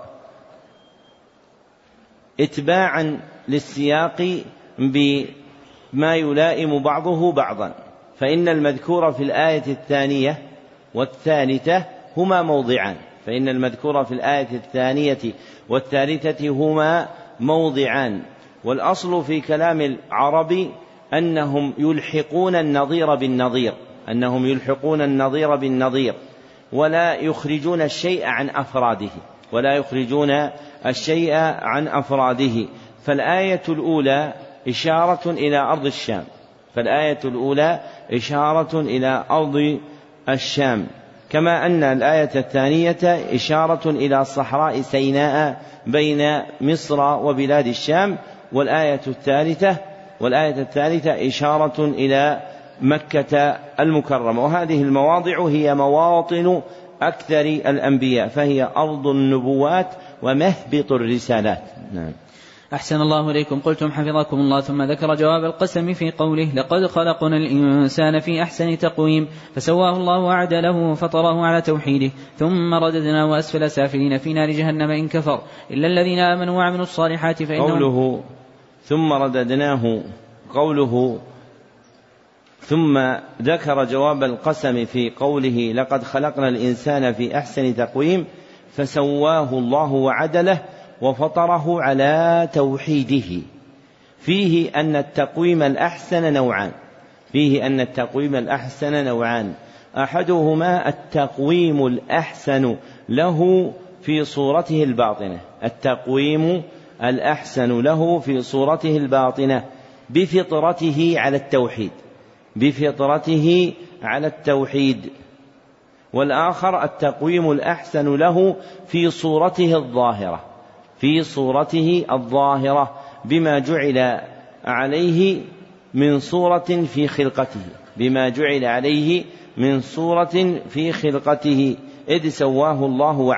اتباعا للسياق بما يلائم بعضه بعضا. فإن المذكور في الآية الثانية والثالثة هما موضعان، فإن المذكور في الآية الثانية والثالثة هما موضعان. والأصل في كلام العرب أنهم يلحقون النظير بالنظير، أنهم يلحقون النظير بالنظير، ولا يخرجون الشيء عن أفراده، ولا يخرجون الشيء عن أفراده. فالآية الأولى إشارة إلى أرض الشام، فالآية الأولى إشارة إلى أرض الشام، كما أن الآية الثانية إشارة إلى صحراء سيناء بين مصر وبلاد الشام، والآية الثالثة إشارة إلى مكة المكرمة. وهذه المواضع هي مواطن أكثر الأنبياء، فهي أرض النبوات ومهبط الرسالات. نعم. أحسن الله إليكم. قلتم حفظكم الله. ثم ذكر جواب القسم في قوله لقد خلقنا الإنسان في أحسن تقويم فسواه الله وعدله وفطره على توحيده ثم رددناه أسفل سافلين في نار جهنم إن كفر إلا الذين آمنوا وعملوا الصالحات فإنهم قوله ثم رددناه، قوله ثم ذكر جواب القسم في قوله لقد خلقنا الإنسان في أحسن تقويم فسواه الله وعدله وفطره على توحيده. فيه أن التقويم الأحسن نوعان، أحدهما التقويم الأحسن له في صورته الباطنة، التقويم الأحسن له في صورته الباطنة بفطرته على التوحيد، والآخر التقويم الأحسن له في صورته الظاهرة بما جعل عليه من صورة في خلقته إذ سواه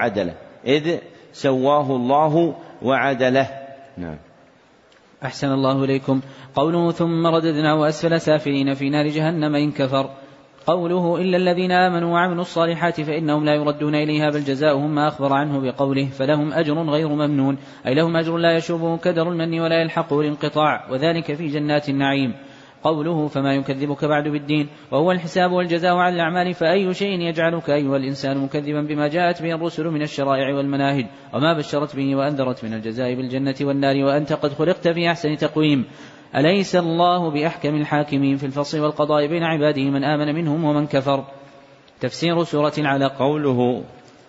الله وعدله. نعم. أحسن الله إليكم. قوله ثم رددناه أسفل سافلين في نار جهنم إن كفر، قوله إلا الذين آمنوا وعملوا الصالحات فإنهم لا يردون إليها بل جزاؤهم ما أخبر عنه بقوله فلهم أجر غير ممنون، أي لهم أجر لا يشوبه كدر المن ولا يلحقه الانقطاع، وذلك في جنات النعيم. قوله فما يكذبك بعد بالدين، وهو الحساب والجزاء على الأعمال، فأي شيء يجعلك أيها الإنسان مكذبا بما جاءت به الرسل من الشرائع والمناهج وما بشرت به وأنذرت من الجزاء بالجنة والنار، وأنت قد خلقت في أحسن تقويم. أليس الله بأحكم الحاكمين في الفصل والقضاء بين عباده من آمن منهم ومن كفر. تفسير سورة العلق. قوله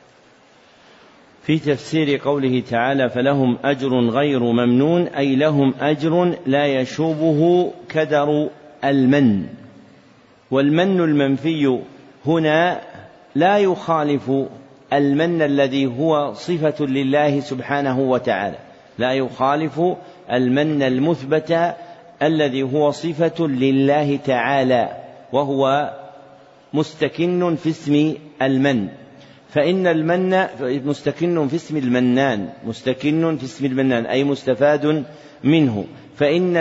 في تفسير قوله تعالى فلهم أجر غير ممنون، أي لهم أجر لا يشوبه كدر المن، والمن المنفي هنا لا يخالف المن الذي هو صفة لله سبحانه وتعالى، لا يخالف المن المثبت الذي هو صفة لله تعالى، وهو مستكن في اسم المن، فإن المن مستكن في اسم المنان أي مستفاد منه. فإن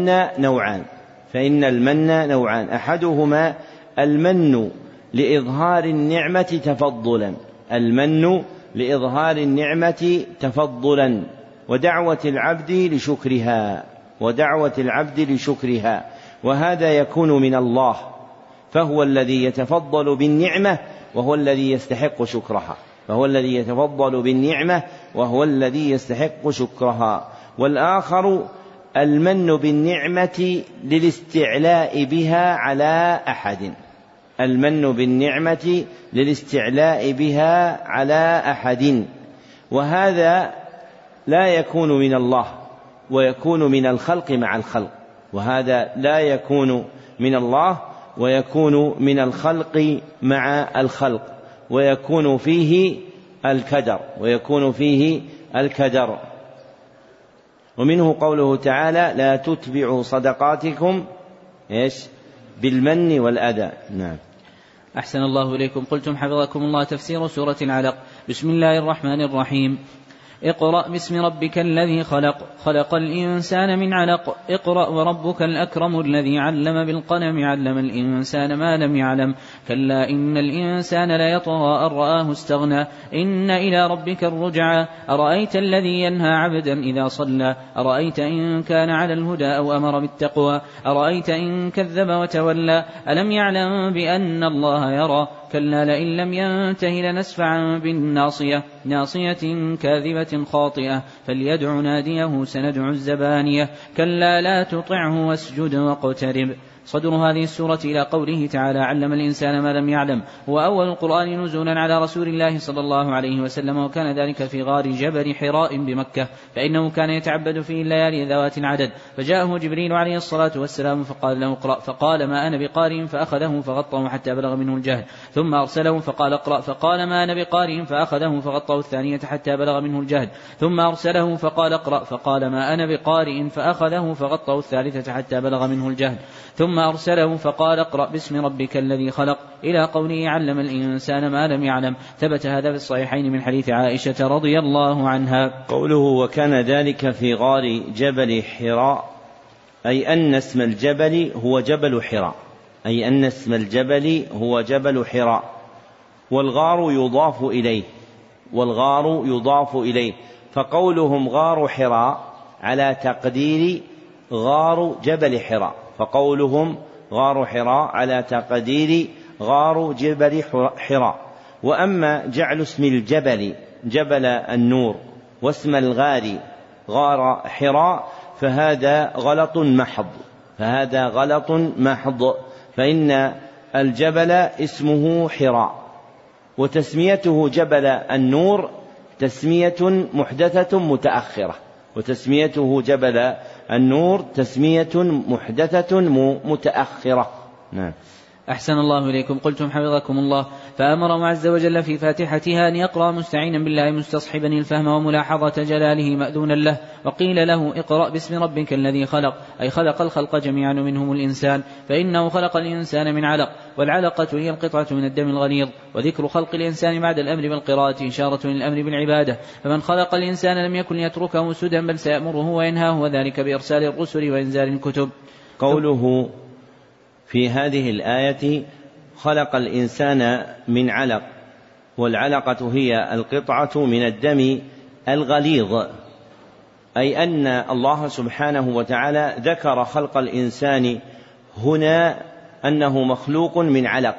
المن نوعان، أحدهما المن لإظهار النعمة تفضلا ودعوة العبد لشكرها، وهذا يكون من الله، فهو الذي يتفضل بالنعمة وهو الذي يستحق شكرها، والآخر المن بالنعمة للاستعلاء بها على أحد، وهذا لا يكون من الله ويكون من الخلق مع الخلق، ويكون فيه الكدر. ومنه قوله تعالى لا تتبعوا صدقاتكم بالمن والأذى. نعم. أحسن الله إليكم. قلتم حفظكم الله تفسير سورة العلق. بسم الله الرحمن الرحيم. اقرأ باسم ربك الذي خلق، خلق الإنسان من علق، اقرأ وربك الأكرم الذي علم بالقلم، علم الإنسان ما لم يعلم، كلا إن الإنسان ليطغى أن رآه استغنى، إن إلى ربك الرجعى، أرأيت الذي ينهى عبدا إذا صلى، أرأيت إن كان على الهدى أو أمر بالتقوى، أرأيت إن كذب وتولى، ألم يعلم بأن الله يرى، كلا لئن لم ينته لنسفعا بالناصية، ناصية كاذبة خاطئة، فليدع ناديه سندع الزبانية، كلا لا تطعه واسجد واقترب. صدر هذه السورة إلى قوله تعالى علم الإنسان ما لم يعلم هو أول القرآن نزولا على رسول الله صلى الله عليه وسلم، وكان ذلك في غار جبل حراء بمكة، فإنه كان يتعبد فيه الليالي ذوات العدد، فجاءه جبريل عليه الصلاة والسلام فقال له اقرأ، فقال ما أنا بقارئ، فأخذه فغطه حتى بلغ منه الجهل، ثم أرسله فقال اقرأ، فقال ما أنا بقارئ، فأخذه فغطه الثانية حتى بلغ منه الجهل، ثم أرسله فقال اقرأ، فقال ما أنا بقارئ، فأخذه فغطه الثالثة حتى بلغ منه الجهل، ثم أرسله فقال اقرأ باسم ربك الذي خلق، إلى قوله علم الإنسان ما لم يعلم. ثبت هذا في الصحيحين من حديث عائشة رضي الله عنها. قوله وكان ذلك في غار جبل حراء، أي أن اسم الجبل هو جبل حراء، أي أن اسم الجبل هو جبل حراء، والغار يضاف إليه، والغار يضاف إليه، فقولهم غار حراء على تقدير غار جبل حراء، فقولهم غار حراء على تقدير غار جبل حراء. وأما جعل اسم الجبل جبل النور واسم الغار غار حراء فهذا غلط محض، فهذا غلط محض، فإن الجبل اسمه حراء، وتسميته جبل النور تسمية محدثة متأخرة، وتسميته جبل النور تسمية محدثة متأخرة. نعم. أحسن الله إليكم. قلتم حفظكم الله فأمر عز وجل في فاتحتها أن يقرأ مستعينا بالله مستصحبا الفهم وملاحظة جلاله مأذونا له، وقيل له اقرأ باسم ربك الذي خلق، أي خلق الخلق جميعا منهم الإنسان، فإنه خلق الإنسان من علق، والعلقة هي القطعة من الدم الغليظ، وذكر خلق الإنسان بعد الأمر بالقراءة إشارة للأمر بالعبادة، فمن خلق الإنسان لم يكن يتركه سدى بل سيأمره وينهاه، وذلك بإرسال الرسل وإنزال الكتب. قوله في هذه الآية خلق الإنسان من علق، والعلقة هي القطعة من الدم الغليظ، أي أن الله سبحانه وتعالى ذكر خلق الإنسان هنا أنه مخلوق من علق،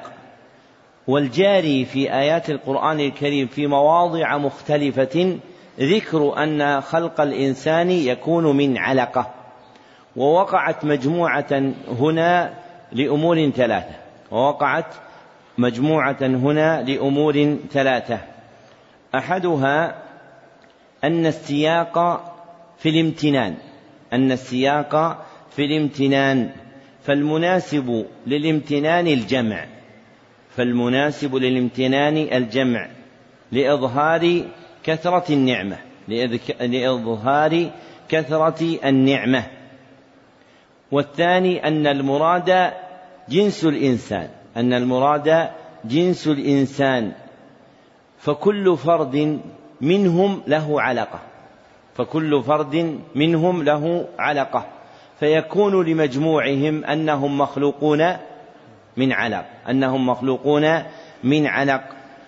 والجاري في آيات القرآن الكريم في مواضع مختلفة ذكر أن خلق الإنسان يكون من علقة، ووقعت مجموعة هنا لأمور ثلاثة، ووقعت مجموعة هنا لأمور ثلاثة. أحدها أن السياق في الامتنان، أن السياق في الامتنان، فالمناسب للامتنان الجمع، فالمناسب للامتنان الجمع لإظهار كثرة النعمة، لإظهار كثرة النعمة. والثاني أن المراد جنس الإنسان، أن المراد جنس الإنسان، فكل فرد منهم له علقة، فكل فرد منهم له علقة، فيكون لمجموعهم أنهم مخلوقون من علق، أنهم مخلوقون من علق.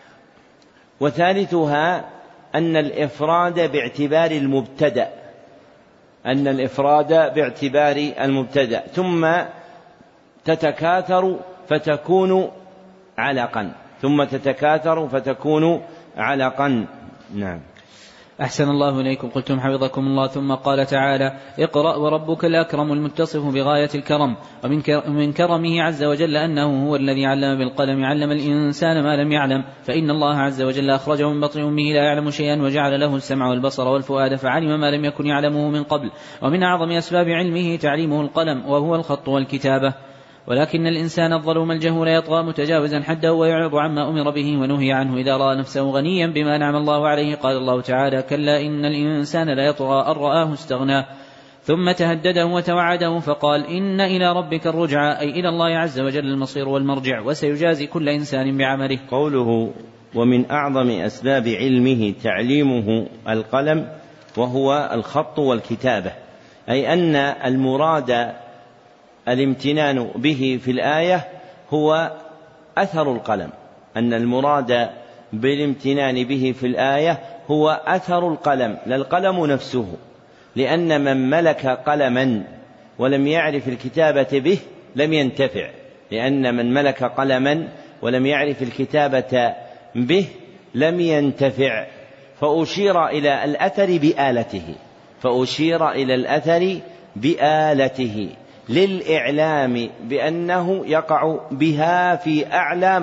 وثالثها أن الإفراد باعتبار المبتدأ، أن الإفراد باعتبار المبتدأ، ثم تتكاثر فتكون علقا، ثم تتكاثر فتكون علقا. نعم. أحسن الله إليكم. قلتم حفظكم الله. ثم قال تعالى اقرأ وربك الأكرم المتصف بغاية الكرم، ومن كرمه عز وجل أنه هو الذي علم بالقلم، علم الإنسان ما لم يعلم، فإن الله عز وجل أخرجه من بطن أمه لا يعلم شيئا، وجعل له السمع والبصر والفؤاد فعلم ما لم يكن يعلمه من قبل، ومن أعظم أسباب علمه تعليمه القلم وهو الخط والكتابة. ولكن الإنسان الظلوم الجهول يطغى متجاوزا حده ويعرض عما أمر به ونهي عنه إذا رأى نفسه غنيا بما نعم الله عليه. قال الله تعالى كلا إن الإنسان ليطغى أن رآه استغنى. ثم تهدده وتوعده فقال: إن إلى ربك الرجعى، أي إلى الله عز وجل المصير والمرجع، وسيجازي كل إنسان بعمله. قوله: ومن أعظم أسباب علمه تعليمه القلم وهو الخط والكتابة، أي أن المراد الامتنان به في الآية هو أثر القلم، أن المراد بالامتنان به في الآية هو أثر القلم لا القلم نفسه، لأن من ملك قلما ولم يعرف الكتابة به لم ينتفع، لأن من ملك قلما ولم يعرف الكتابة به لم ينتفع. فأشير إلى الأثر بآلته للإعلام بأنه يقع بها في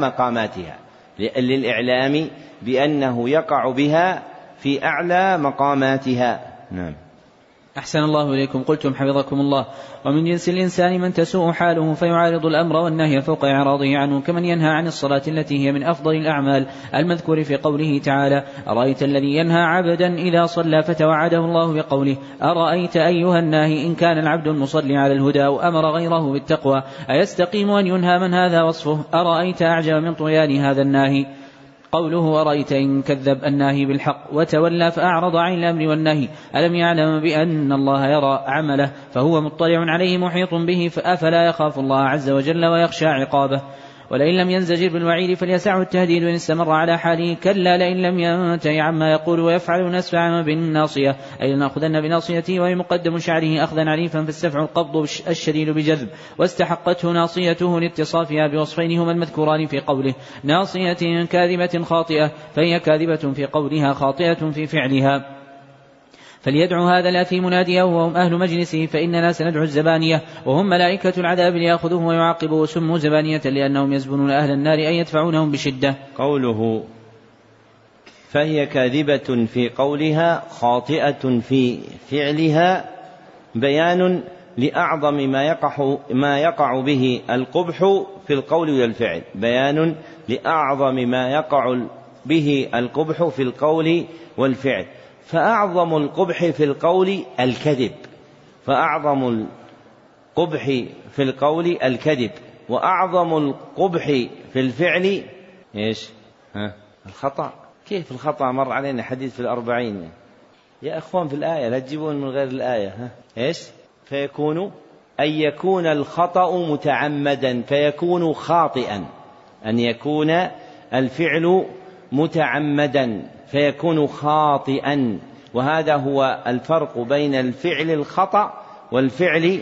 أعلى مقاماتها. نعم. أحسن الله إليكم. قلتم حفظكم الله: ومن جنس الإنسان من تسوء حاله فيعارض الأمر والنهي فوق إعراضه عنه، كمن ينهى عن الصلاة التي هي من أفضل الأعمال المذكور في قوله تعالى: أرأيت الذي ينهى عبدا إذا صلى، فتوعده الله بقوله: أرأيت أيها الناهي إن كان العبد المصلي على الهدى وأمر غيره بالتقوى أيستقيم أن ينهى من هذا وصفه؟ أرأيت أعجب من طغيان هذا الناهي. قوله: أرأيت إن كذب الناهي بالحق وتولى فأعرض عن الأمر والنهي، ألم يعلم بأن الله يرى عمله فهو مطلع عليه محيط به، فأفلا يخاف الله عز وجل ويخشى عقابه؟ ولئن لم ينزجر بالوعيد فليسعه التهديد إن استمر على حاله، كلا لئن لم ينتهي عما يقول ويفعل نسفعا بالناصية، أي لنأخذن بناصيته، ومقدم شعره أخذا عنيفا، فالسفع القبض الشديد بجذب، واستحقته ناصيته لاتصافها بوصفين هما المذكوران في قوله: ناصية كاذبة خاطئة، فهي كاذبة في قولها خاطئة في فعلها. فليدعو هذا الأثيم مناديه وهم أهل مجلسه، فإننا سندعو الزبانية وهم ملائكة العذاب ليأخذوه ويعاقبوه، سموا زبانية لأنهم يزبنون أهل النار أي يدفعونهم بشدة. قوله: فهي كاذبة في قولها خاطئة في فعلها، بيان لأعظم ما يقع به القبح في القول والفعل، بيان لأعظم ما يقع به القبح في القول والفعل. فأعظم القبح في القول الكذب، وأعظم القبح في الفعل إيش؟ الخطأ. كيف الخطأ؟ مر علينا حديث في 40 يا أخوان في الآية، لا تجيبون من غير الآية. إيش؟ فيكون أن يكون الخطأ متعمدا فيكون خاطئا، أن يكون الفعل متعمدا فيكون خاطئا، وهذا هو الفرق بين الفعل الخطأ والفعل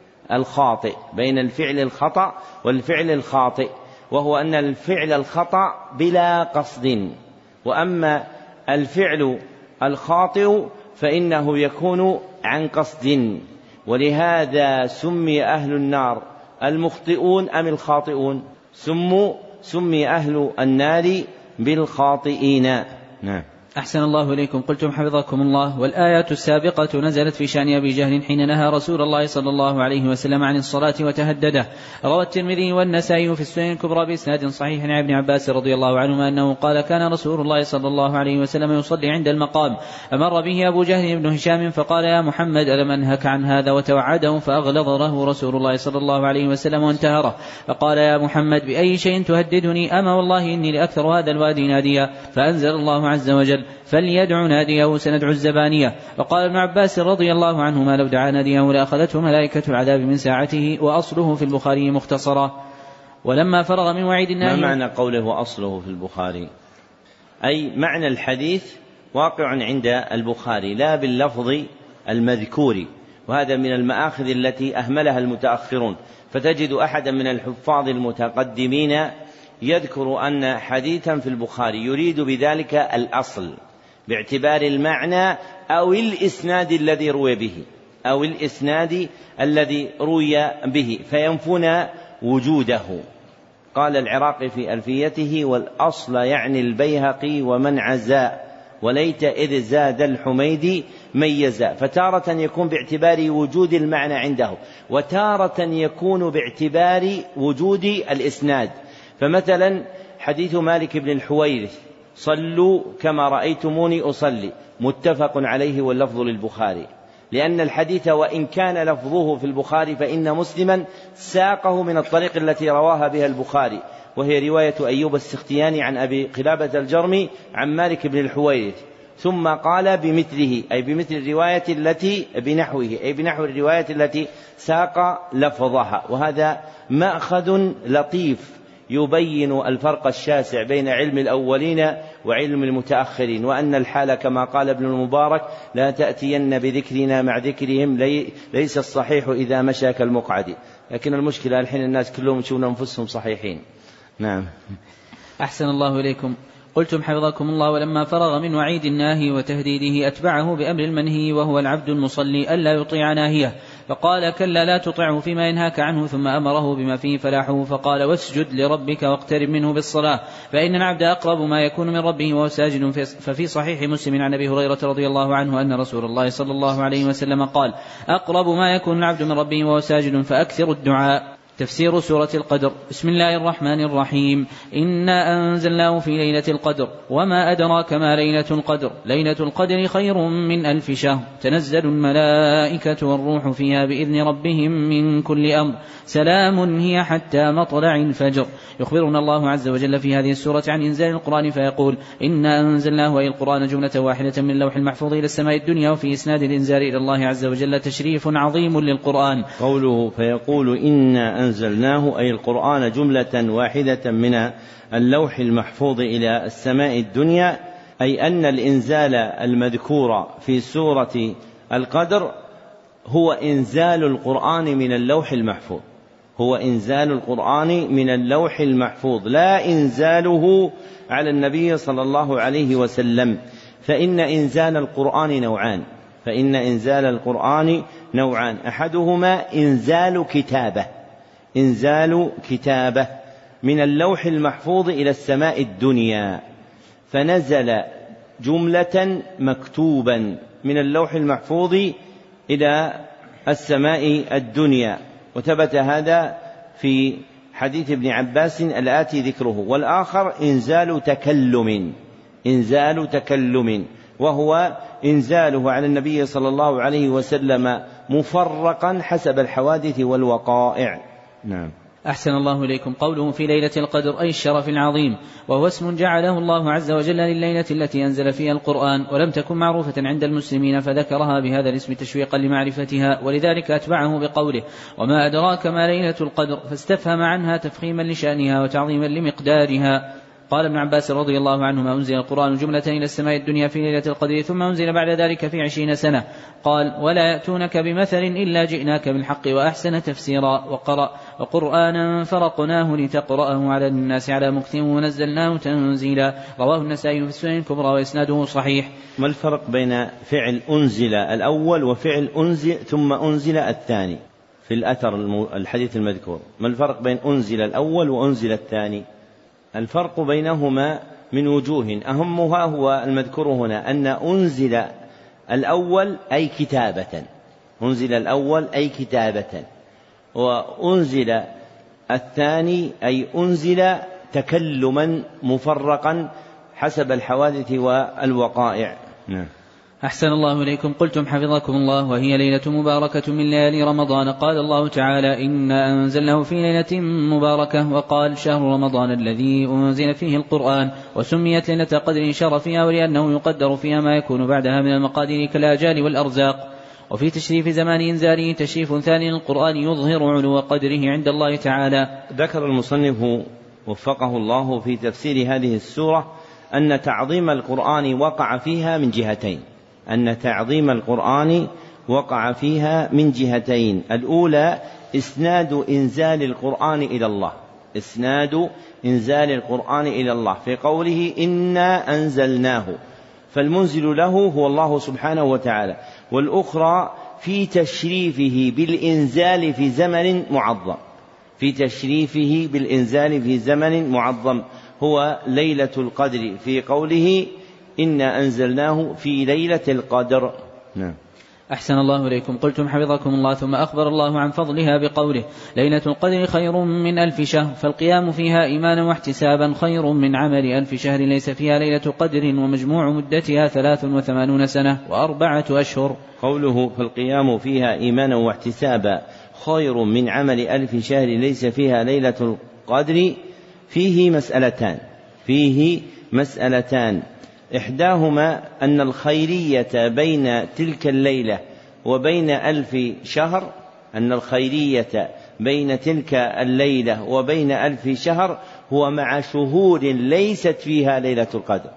الخاطئ، وهو أن الفعل الخطأ بلا قصد، وأما الفعل الخاطئ فإنه يكون عن قصد. ولهذا سمي أهل النار المخطئون أم الخاطئون؟ سمي أهل النار بالخاطئين. نعم. أحسن الله إليكم. قلتم حفظكم الله: والآيات السابقة نزلت في شأن أبي جهل حين نهى رسول الله صلى الله عليه وسلم عن الصلاة وتهدده. روى الترمذي والنسائي في السنن الكبرى بإسناد صحيح عن ابن عباس رضي الله عنهما أنه قال: كان رسول الله صلى الله عليه وسلم يصلي عند المقام، فمر به أبو جهل بن هشام فقال: يا محمد ألم أنهك عن هذا؟ وتوعده فأغلظ له رسول الله صلى الله عليه وسلم وانتهره، فقال: يا محمد بأي شيء تهددني؟ أما والله إني لأكثر هذا الوادي ناديا. فأنزل الله عز وجل: فليدعو ناديه سندعو الزبانية. وقال ابن عباس رضي الله عنهما: لو دعا ناديه لأخذته ملائكة العذاب من ساعته. وأصله في البخاري مختصرا. ولما فرغ من وعيد الناهي. ما معنى قوله وأصله في البخاري؟ أي معنى الحديث واقع عند البخاري لا باللفظ المذكور، وهذا من المآخذ التي أهملها المتأخرون، فتجد أحدا من الحفاظ المتقدمين يذكر أن حديثا في البخاري يريد بذلك الأصل باعتبار المعنى أو الإسناد الذي روي به فينفون وجوده. قال العراقي في ألفيته: والأصل يعني البيهقي ومن عزاء، وليت إذ زاد الحميدي ميزا. فتارة يكون باعتبار وجود المعنى عنده، وتارة يكون باعتبار وجود الإسناد. فمثلا حديث مالك بن الحويرث: صلوا كما رأيتموني أصلي، متفق عليه واللفظ للبخاري. لأن الحديث وإن كان لفظه في البخاري فإن مسلما ساقه من الطريق التي رواها بها البخاري، وهي رواية أيوب السختياني عن أبي قلابة الجرمي عن مالك بن الحويرث، ثم قال بمثله، أي بمثل الرواية التي بنحوه، أي بنحو الرواية التي ساق لفظها. وهذا مأخذ لطيف يبين الفرق الشاسع بين علم الأولين وعلم المتأخرين، وأن الحال كما قال ابن المبارك لا تأتين بذكرنا مع ذكرهم، ليس الصحيح إذا مشى كالمقعد. لكن المشكلة الحين الناس كلهم يشوفون أنفسهم صحيحين. نعم. أحسن الله إليكم. قلتم حفظكم الله: ولما فرغ من وعيد الناهي وتهديده أتبعه بأمر المنهي وهو العبد المصلي ألا يطيع ناهيه، فقال: كلا لا تطعه فيما ينهاك عنه، ثم أمره بما فيه فلاحه فقال: واسجد لربك واقترب منه بالصلاة، فإن العبد أقرب ما يكون من ربه وهو ساجد. ففي صحيح مسلم عن أبي هريرة رضي الله عنه أن رسول الله صلى الله عليه وسلم قال: أقرب ما يكون العبد من ربه وهو ساجد فأكثر الدعاء. تفسير سورة القدر. بسم الله الرحمن الرحيم. إنا أنزلناه في ليلة القدر، وما أدراك ما ليلة القدر. ليلة القدر خير من 1000 شهر، تنزل الملائكة والروح فيها بإذن ربهم من كل أمر، سلام هي حتى مطلع الفجر. يخبرنا الله عز وجل في هذه السورة عن إنزال القرآن فيقول: إنا أنزلناه أي القرآن جملة واحدة من اللوح المحفوظ إلى السماء الدنيا. وفي إسناد الإنزال إلى الله عز وجل تشريف عظيم للقرآن. قوله فيقول إنا أنزلناه أي القرآن جملة واحدة من اللوح المحفوظ إلى السماء الدنيا، أي أن الإنزال المذكور في سورة القدر هو إنزال القرآن من اللوح المحفوظ، هو إنزال القرآن من اللوح المحفوظ، لا إنزاله على النبي صلى الله عليه وسلم. فإن إنزال القرآن نوعان، أحدهما إنزال كتابة من اللوح المحفوظ إلى السماء الدنيا، فنزل جملة مكتوبا من اللوح المحفوظ إلى السماء الدنيا، وثبت هذا في حديث ابن عباس الآتي ذكره. والآخر إنزال تكلم، وهو إنزاله على النبي صلى الله عليه وسلم مفرقا حسب الحوادث والوقائع. نعم. أحسن الله إليكم. قوله في ليلة القدر أي الشرف العظيم، وهو اسم جعله الله عز وجل لليلة التي أنزل فيها القرآن، ولم تكن معروفة عند المسلمين فذكرها بهذا الاسم تشويقا لمعرفتها، ولذلك أتبعه بقوله: وما أدراك ما ليلة القدر، فاستفهم عنها تفخيما لشأنها وتعظيما لمقدارها. قال ابن عباس رضي الله عنهما: أنزل القرآن جملة إلى السماء الدنيا في ليلة القدر، ثم أنزل بعد ذلك في 20 سنة. قال: ولا يأتونك بمثل إلا جئناك بالحق وأحسن تفسيرا. وقرآنا فرقناه لتقرأه على الناس على مكث ونزلناه تنزيلا. رواه النسائي في السنن الكبرى وإسناده صحيح. ما الفرق بين فعل أنزل الأول وفعل أنزل ثم أنزل الثاني في الأثر الحديث المذكور؟ ما الفرق بين أنزل الأول وأنزل الثاني؟ الفرق بينهما من وجوه، أهمها هو المذكور هنا أن أنزل الأول أي كتابة، وأنزل الثاني أي أنزل تكلما مفرقا حسب الحوادث والوقائع. نعم. أحسن الله إليكم. قلتم حفظكم الله: وهي ليلة مباركة من ليالي رمضان. قال الله تعالى: إنا أنزلناه في ليلة مباركة. وقال: شهر رمضان الذي أنزل فيه القرآن. وسميت ليلة قدر شرفها ولأنه يقدر فيها ما يكون بعدها من المقادير كالآجال والأرزاق. وفي تشريف زمان إنزاله تشريف ثاني للقرآن يظهر علو قدره عند الله تعالى. ذكر المصنف وفقه الله في تفسير هذه السورة أن تعظيم القرآن وقع فيها من جهتين. الأولى إسناد إنزال القرآن إلى الله في قوله: إنا أنزلناه، فالمنزل له هو الله سبحانه وتعالى. والأخرى في تشريفه بالإنزال في زمن معظم هو ليلة القدر، في قوله: إنا أنزلناه في ليلة القدر. نعم. أحسن الله إليكم. قلتم حفظكم الله ثم أخبر الله عن فضلها بقوله ليلة القدر خير من 1000 شهر، فالقيام فيها إيمانا واحتسابا خير من عمل 1000 شهر ليس فيها ليلة قدر، ومجموع مدتها 83 سنة و4 أشهر. قوله فالقيام فيها إيمانا واحتسابا خير من عمل 1000 شهر ليس فيها ليلة القدر فيه مسألتان إحداهما أن الخيرية بين تلك الليلة وبين 1000 شهر، أن الخيرية بين تلك الليلة وبين 1000 شهر هو مع شهور ليست فيها ليلة القدر،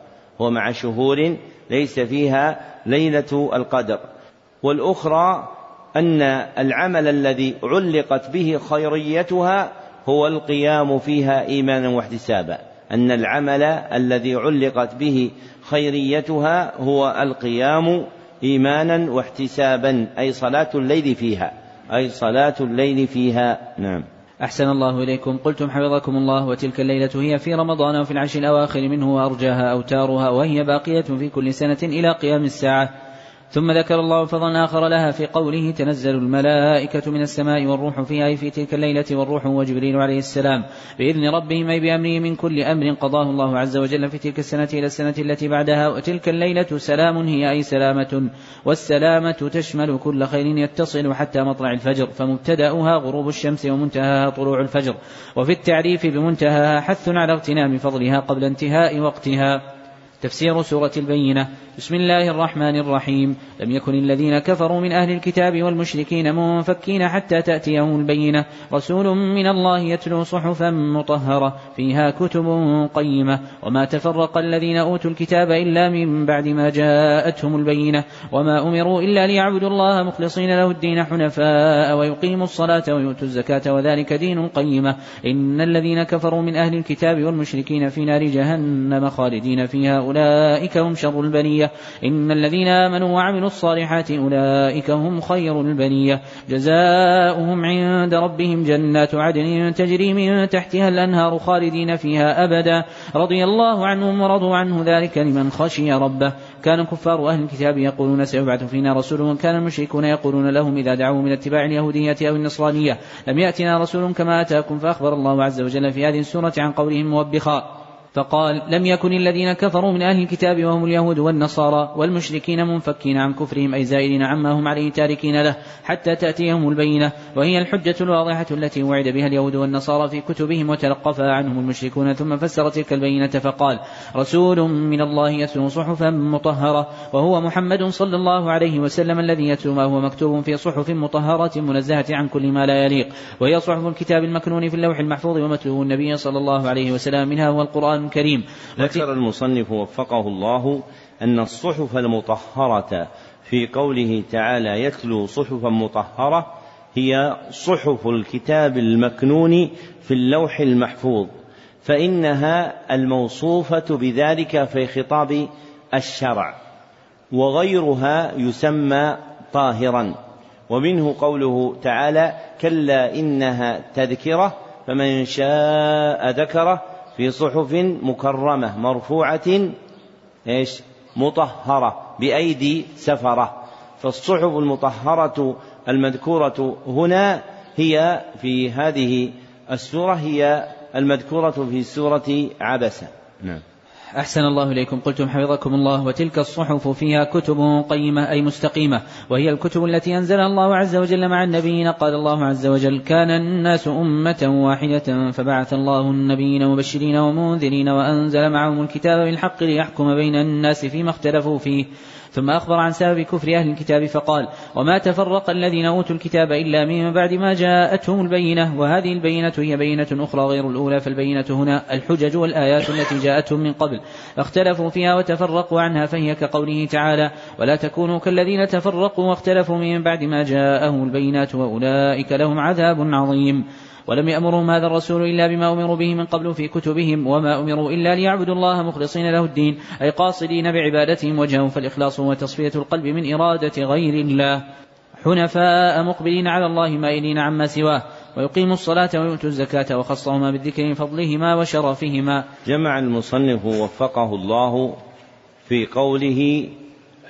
ليلة القدر. والأخرى أن العمل الذي علقت به خيريتها هو القيام فيها إيمانا واحتسابا، أن العمل الذي علقت به خيريتها هو القيام إيمانا واحتسابا، أي صلاة الليل فيها. نعم. أحسن الله إليكم. قلتم حفظكم الله وتلك الليلة هي في رمضان وفي العشر الأواخر منه وأرجاها أوتارها، وهي باقية في كل سنة إلى قيام الساعة. ثم ذكر الله فضلا آخر لها في قوله تنزل الملائكة من السماء والروح فيها، أي في تلك الليلة، والروح وجبريل عليه السلام بإذن ربهم أي بأمره من كل أمر قضاه الله عز وجل في تلك السنة إلى السنة التي بعدها. وتلك الليلة سلام هي أي سلامة، والسلامة تشمل كل خير يتصل حتى مطلع الفجر، فمبتدأها غروب الشمس ومنتهاها طلوع الفجر. وفي التعريف بمنتهاها حث على اغتنام فضلها قبل انتهاء وقتها. تفسير سورة البينة. بسم الله الرحمن الرحيم. لم يكن الذين كفروا من أهل الكتاب والمشركين منفكين حتى تأتيهم البينة، رسول من الله يتلو صحفا مطهرة فيها كتب قيمة، وما تفرق الذين أوتوا الكتاب إلا من بعد ما جاءتهم البينة، وما أمروا إلا ليعبدوا الله مخلصين له الدين حنفاء ويقيموا الصلاة ويؤتوا الزكاة وذلك دين قيمة. إن الذين كفروا من أهل الكتاب والمشركين في نار جهنم خالدين فيها أولئك هم شر البرية. إن الذين آمنوا وعملوا الصالحات أولئك هم خير البرية، جزاؤهم عند ربهم جنات عدن تجري من تحتها الأنهار خالدين فيها أبدا، رضي الله عنهم ورضوا عنه، ذلك لمن خشي ربه. كان كفار أهل الكتاب يقولون سيبعث فينا رسول، وكان المشركون يقولون لهم إذا دعوا من اتباع اليهودية أو النصرانية لم يأتنا رسول كما أتاكم. فأخبر الله عز وجل في هذه السورة عن قولهم موبخا فقال لم يكن الذين كفروا من أهل الكتاب وهم اليهود والنصارى والمشركين منفكين عن كفرهم أي زائرين عما هم عليه تاركين له حتى تأتيهم البينة، وهي الحجة الواضحة التي وعد بها اليهود والنصارى في كتبهم وتلقفها عنهم المشركون. ثم فسر تلك البينة فقال رسول من الله يتلو صحفا مطهرة، وهو محمد صلى الله عليه وسلم الذي يتلو ما هو مكتوب في صحف مطهرة منزهة عن كل ما لا يليق، وهي صحف الكتاب المكنون في اللوح المحفوظ، ومتلوه النبي صلى الله عليه وسلم منها هو القرآن الكريم. ذكر المصنف وفقه الله أن الصحف المطهرة في قوله تعالى يتلو صحفا مطهرة هي صحف الكتاب المكنون في اللوح المحفوظ، فإنها الموصوفة بذلك في خطاب الشرع، وغيرها يسمى طاهرا. ومنه قوله تعالى كلا إنها تذكرة فمن شاء ذكره في صحف مكرمة مرفوعة مطهرة بأيدي سفرة. فالصحف المطهرة المذكورة هنا هي في هذه السورة هي المذكورة في سورة عبسة. نعم. أحسن الله إليكم. قلتم حفظكم الله وتلك الصحف فيها كتب قيمة أي مستقيمة، وهي الكتب التي أنزلها الله عز وجل مع النبيين. قال الله عز وجل كان الناس أمة واحدة فبعث الله النبيين مبشرين ومنذرين وأنزل معهم الكتاب بالحق ليحكم بين الناس فيما اختلفوا فيه. ثم أخبر عن سبب كفر أهل الكتاب فقال وما تفرق الذين أوتوا الكتاب إلا من بعد ما جاءتهم البينة، وهذه البينة هي بينة أخرى غير الأولى، فالبينة هنا الحجج والآيات التي جاءتهم من قبل فاختلفوا فيها وتفرقوا عنها، فهي كقوله تعالى ولا تكونوا كالذين تفرقوا واختلفوا من بعد ما جاءهم البينات وأولئك لهم عذاب عظيم. ولم يأمرهم هذا الرسول إلا بما أمروا به من قبل في كتبهم، وما أمروا إلا ليعبدوا الله مخلصين له الدين أي قاصدين بعبادتهم وجهه، فالإخلاص هو تصفية القلب من إرادة غير الله، حنفاء مقبلين على الله مائلين عما سواه، ويقيموا الصلاة ويؤتوا الزكاة، وخصهما بالذكر من فضلهما وشرفهما. جمع المصنف وفقه الله في قوله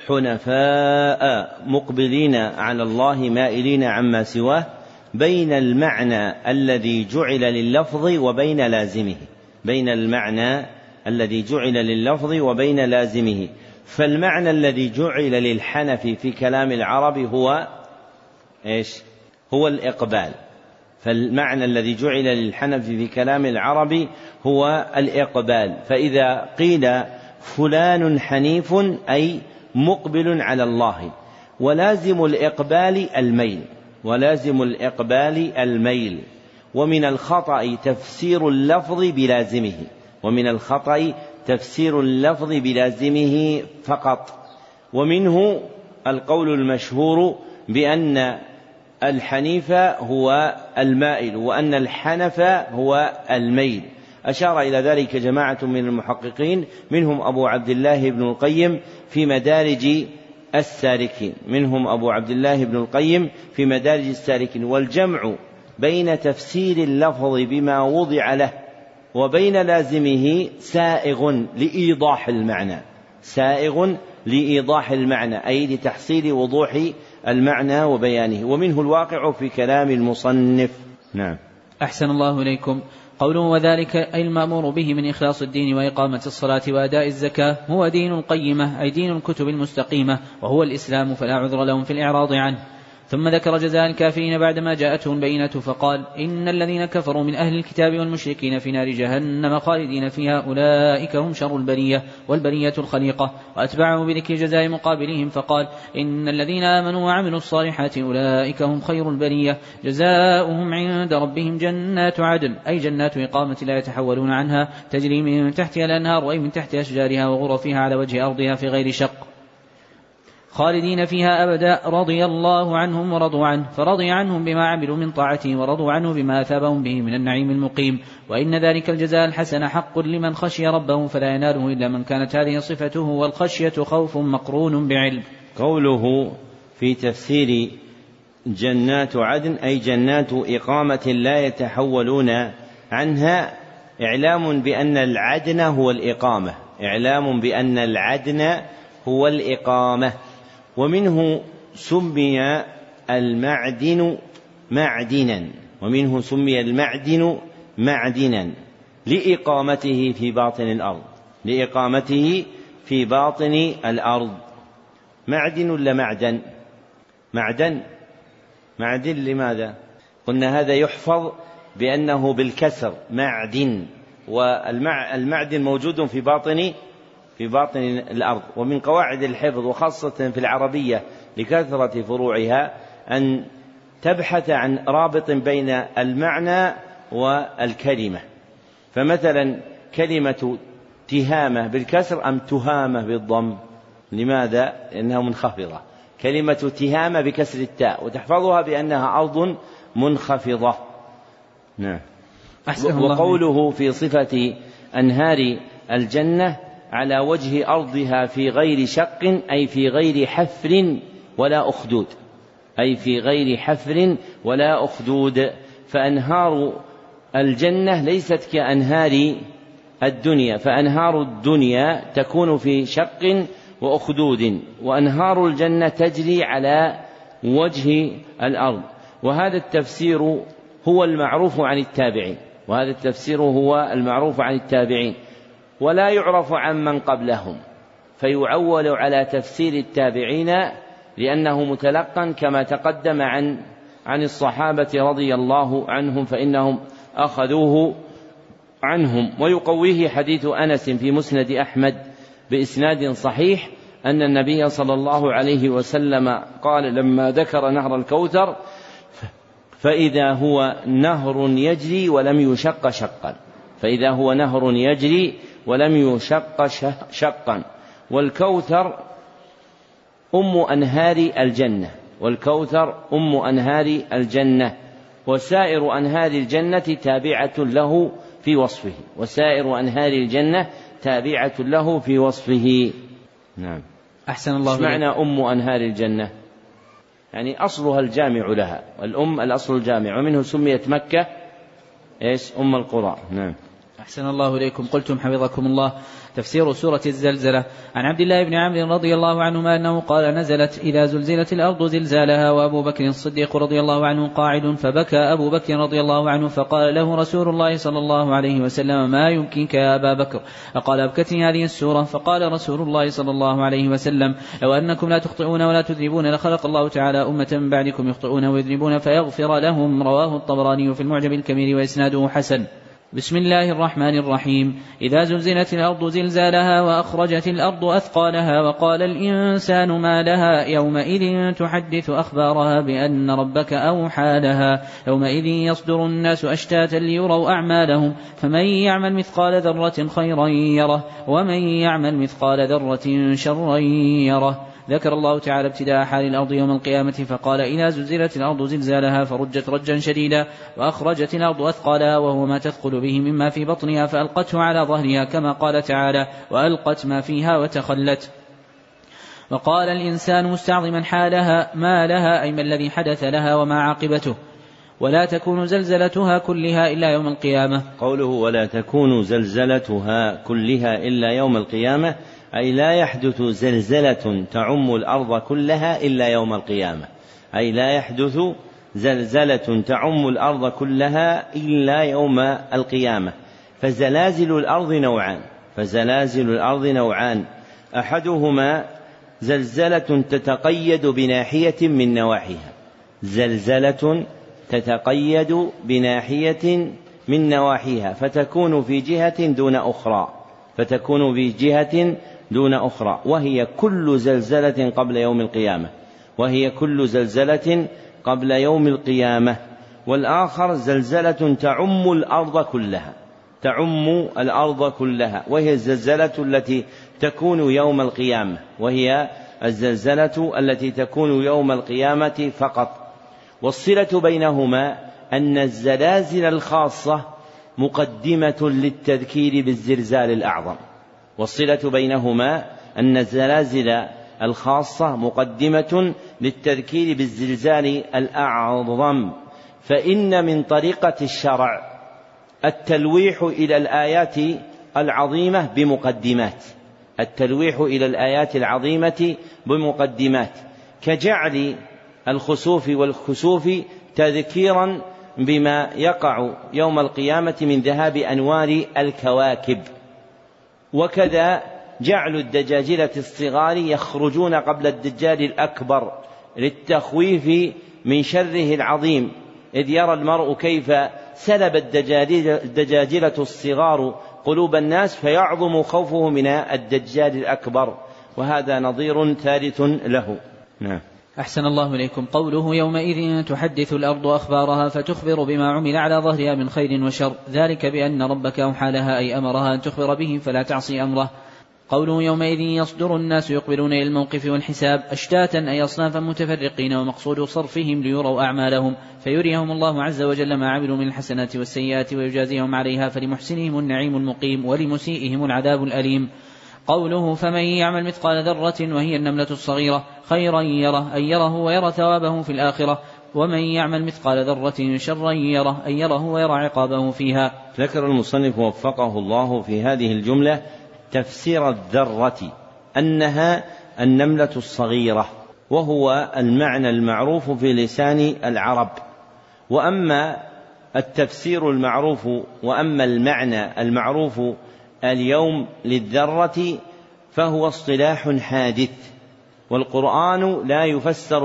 حنفاء مقبلين على الله مائلين عما سواه، بين المعنى الذي جعل لللفظ وبين لازمه، بين المعنى الذي جعل لللفظ وبين لازمه. فالمعنى الذي جعل للحنف في كلام العرب هو إيش؟ هو الإقبال. فالمعنى الذي جعل للحنف في كلام العرب هو الإقبال. فإذا قيل فلان حنيف أي مقبل على الله، ولازم الإقبال الميل، ولازم الإقبال الميل. ومن الخطأ تفسير اللفظ بلازمه، ومن الخطأ تفسير اللفظ بلازمه فقط. ومنه القول المشهور بأن الحنيف هو المائل وأن الحنف هو الميل. أشار إلى ذلك جماعة من المحققين، منهم أبو عبد الله بن القيم في مدارج السالكين، منهم أبو عبد الله بن القيم في مدارج السالكين. والجمع بين تفسير اللفظ بما وضع له وبين لازمه سائغ لإيضاح المعنى، سائغ لإيضاح المعنى أي لتحصيل وضوح المعنى وبيانه. ومنه الواقع في كلام المصنف. نعم. أحسن الله إليكم. قوله وذلك أي المأمور به من إخلاص الدين وإقامة الصلاة وأداء الزكاة هو دين القيمة أي دين الكتب المستقيمة، وهو الإسلام، فلا عذر لهم في الإعراض عنه. ثم ذكر جزاء الكافرين بعدما جاءتهم البينة فقال إن الذين كفروا من أهل الكتاب والمشركين في نار جهنم خالدين فيها أولئك هم شر البرية والبرية الخليقة. وأتبعه بذكر جزاء مقابلهم فقال إن الذين آمنوا وعملوا الصالحات أولئك هم خير البرية جزاؤهم عند ربهم جنات عدن أي جنات إقامة لا يتحولون عنها تجري من تحتها الأنهار أي من تحت أشجارها وغرفها على وجه أرضها في غير شق خالدين فيها أبدا رضي الله عنهم ورضوا عنه، فرضي عنهم بما عملوا من طاعته ورضوا عنه بما أثابهم به من النعيم المقيم. وإن ذلك الجزاء الحسن حق لمن خشي ربه فلا يناله إلا من كانت هذه صفته، والخشية خوف مقرون بعلم. قوله في تفسير جنات عدن أي جنات إقامة لا يتحولون عنها، إعلام بأن العدن هو الإقامة، إعلام بأن العدن هو الإقامة. ومنه سمي المعدن معدنا، ومنه سمي المعدن معدنا لإقامته في باطن الأرض، لإقامته في باطن الأرض. معدن ولا معدن؟ معدن. معدن لماذا؟ قلنا هذا يحفظ بأنه بالكسر معدن، والمعدن موجود في باطن الأرض. ومن قواعد الحفظ وخاصة في العربية لكثرة فروعها أن تبحث عن رابط بين المعنى والكلمة. فمثلا كلمة تهامة بالكسر أم تهامة بالضم؟ لماذا؟ لأنها منخفضة. كلمة تهامة بكسر التاء وتحفظها بأنها أرض منخفضة. نعم. وقوله في صفة أنهار الجنة على وجه أرضها في غير شق أي في غير حفر ولا أخدود، أي في غير حفر ولا أخدود. فأنهار الجنة ليست كأنهار الدنيا، فأنهار الدنيا تكون في شق وأخدود، وأنهار الجنة تجري على وجه الأرض. وهذا التفسير هو المعروف عن التابعين، وهذا التفسير هو المعروف عن التابعين ولا يعرف عن من قبلهم، فيعول على تفسير التابعين لأنه متلقى كما تقدم عن الصحابة رضي الله عنهم، فإنهم أخذوه عنهم. ويقويه حديث أنس في مسند أحمد بإسناد صحيح أن النبي صلى الله عليه وسلم قال لما ذكر نهر الكوثر فإذا هو نهر يجري ولم يشق شقا، فإذا هو نهر يجري ولم يشق شقا. والكوثر أم أنهار الجنة، والكوثر أم أنهار الجنة، وسائر أنهار الجنة تابعة له في وصفه، وسائر أنهار الجنة تابعة له في وصفه. نعم. أحسن الله. معنى أم أنهار الجنة؟ يعني أصلها الجامع لها، والأم الأصل الجامع، ومنه سميت مكة إيش؟ أم القرى. نعم. أحسن الله إليكم. قلتم حفظكم الله تفسير سورة الزلزلة. عن عبد الله بن عمرو رضي الله عنهما أنه قال: نزلت إذا زلزلت الأرض زلزالها وأبو بكر الصديق رضي الله عنه قاعد، فبكى أبو بكر رضي الله عنه، فقال له رسول الله صلى الله عليه وسلم: ما يمكنك يا أبا بكر؟ فقال: أبكتني هذه السورة. فقال رسول الله صلى الله عليه وسلم: لو أنكم لا تخطئون ولا تذنبون لخلق الله تعالى أمة من بعدكم يخطئون ويذنبون فيغفر لهم. رواه الطبراني في المعجم الكبير وإسناده حسن. بسم الله الرحمن الرحيم. إذا زلزلت الأرض زلزالها وأخرجت الأرض أثقالها وقال الإنسان ما لها يومئذ تحدث أخبارها بأن ربك أوحى لها يومئذ يصدر الناس أشتاتا ليروا أعمالهم فمن يعمل مثقال ذرة خيرا يره ومن يعمل مثقال ذرة شرا يره. ذكر الله تعالى ابتداء حال الأرض يوم القيامة فقال: إذا زلزلت الأرض زلزالها فرجت رجا شديدا وأخرجت الأرض أثقالها وهو ما تثقل به مما في بطنها فألقته على ظهرها كما قال تعالى: وألقت ما فيها وتخلت. وقال الإنسان مستعظما حالها: ما لها أي ما الذي حدث لها وما عاقبته. ولا تكون زلزلتها كلها إلا يوم القيامة. قوله ولا تكون زلزلتها كلها إلا يوم القيامة أي لا يحدث زلزلة تعم الأرض كلها إلا يوم القيامة، أي لا يحدث زلزلة تعم الأرض كلها إلا يوم القيامة. فزلازل الأرض نوعان أحدهما زلزلة تتقيد بناحية من نواحيها، زلزلة تتقيد بناحية من نواحيها فتكون في جهة دون أخرى، وهي كل زلزلة قبل يوم القيامة. والآخر زلزلة تعم الأرض كلها وهي الزلزلة التي تكون يوم القيامة فقط. والصلة بينهما أن الزلازل الخاصة مقدمة للتذكير بالزلزال الأعظم، فإن من طريقة الشرع التلويح إلى الآيات العظيمة بمقدمات كجعل الخسوف والكسوف تذكيرا بما يقع يوم القيامة من ذهاب أنوار الكواكب، وكذا جعل الدجاجلة الصغار يخرجون قبل الدجال الأكبر للتخويف من شره العظيم، إذ يرى المرء كيف سلب الدجاجلة الصغار قلوب الناس فيعظم خوفه من الدجال الأكبر، وهذا نظير ثالث له. نعم. أحسن الله إليكم. قوله يومئذ تحدث الأرض أخبارها فتخبر بما عمل على ظهرها من خير وشر، ذلك بأن ربك أوحى لها أي أمرها أن تخبر به فلا تعصي أمره. قوله يومئذ يصدر الناس يقبلون إلى الموقف والحساب أشتاتا أي أصنافا متفرقين، ومقصود صرفهم ليروا أعمالهم فيريهم الله عز وجل ما عملوا من الحسنات والسيئات ويجازيهم عليها، فلمحسنهم النعيم المقيم ولمسيئهم العذاب الأليم. قوله فمن يعمل مثقال ذرة وهي النملة الصغيرة خيرا يره أي يره ويرى ثوابه في الآخرة، ومن يعمل مثقال ذرة شرا يره أي يره ويرى عقابه فيها. ذكر المصنف وفقه الله في هذه الجملة تفسير الذرة أنها النملة الصغيرة، وهو المعنى المعروف في لسان العرب. وأما التفسير المعروف وأما المعنى المعروف اليوم للذرة فهو اصطلاح حادث، والقرآن لا يفسر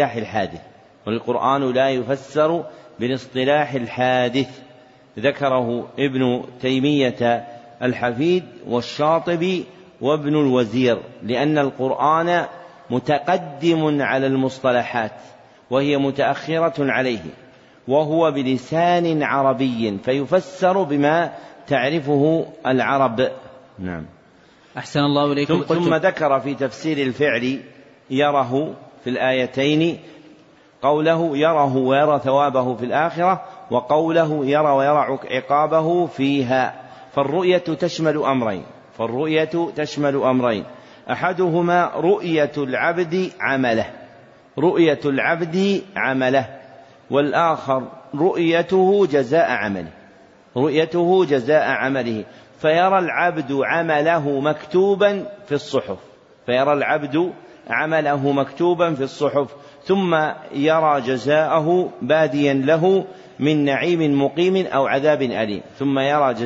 بالاصطلاح الحادث. ذكره ابن تيمية الحفيد والشاطبي وابن الوزير، لأن القرآن متقدم على المصطلحات وهي متأخرة عليه، وهو بلسان عربي فيفسر بما تعرفه العرب. نعم. أحسن الله إليكم. ثم ذكر في تفسير الفعل يره في الآيتين قوله يره ويرى ثوابه في الآخرة، وقوله يرى ويرى عقابه فيها. فالرؤية تشمل أمرين، أحدهما رؤية العبد عمله، والآخر رؤيته جزاء عمله. رؤيته جزاء عمله، فيرى العبد عمله مكتوبا في الصحف، فيرى العبد عمله مكتوبا في الصحف، ثم يرى جزاءه باديا له من نعيم مقيم أو عذاب أليم، ثم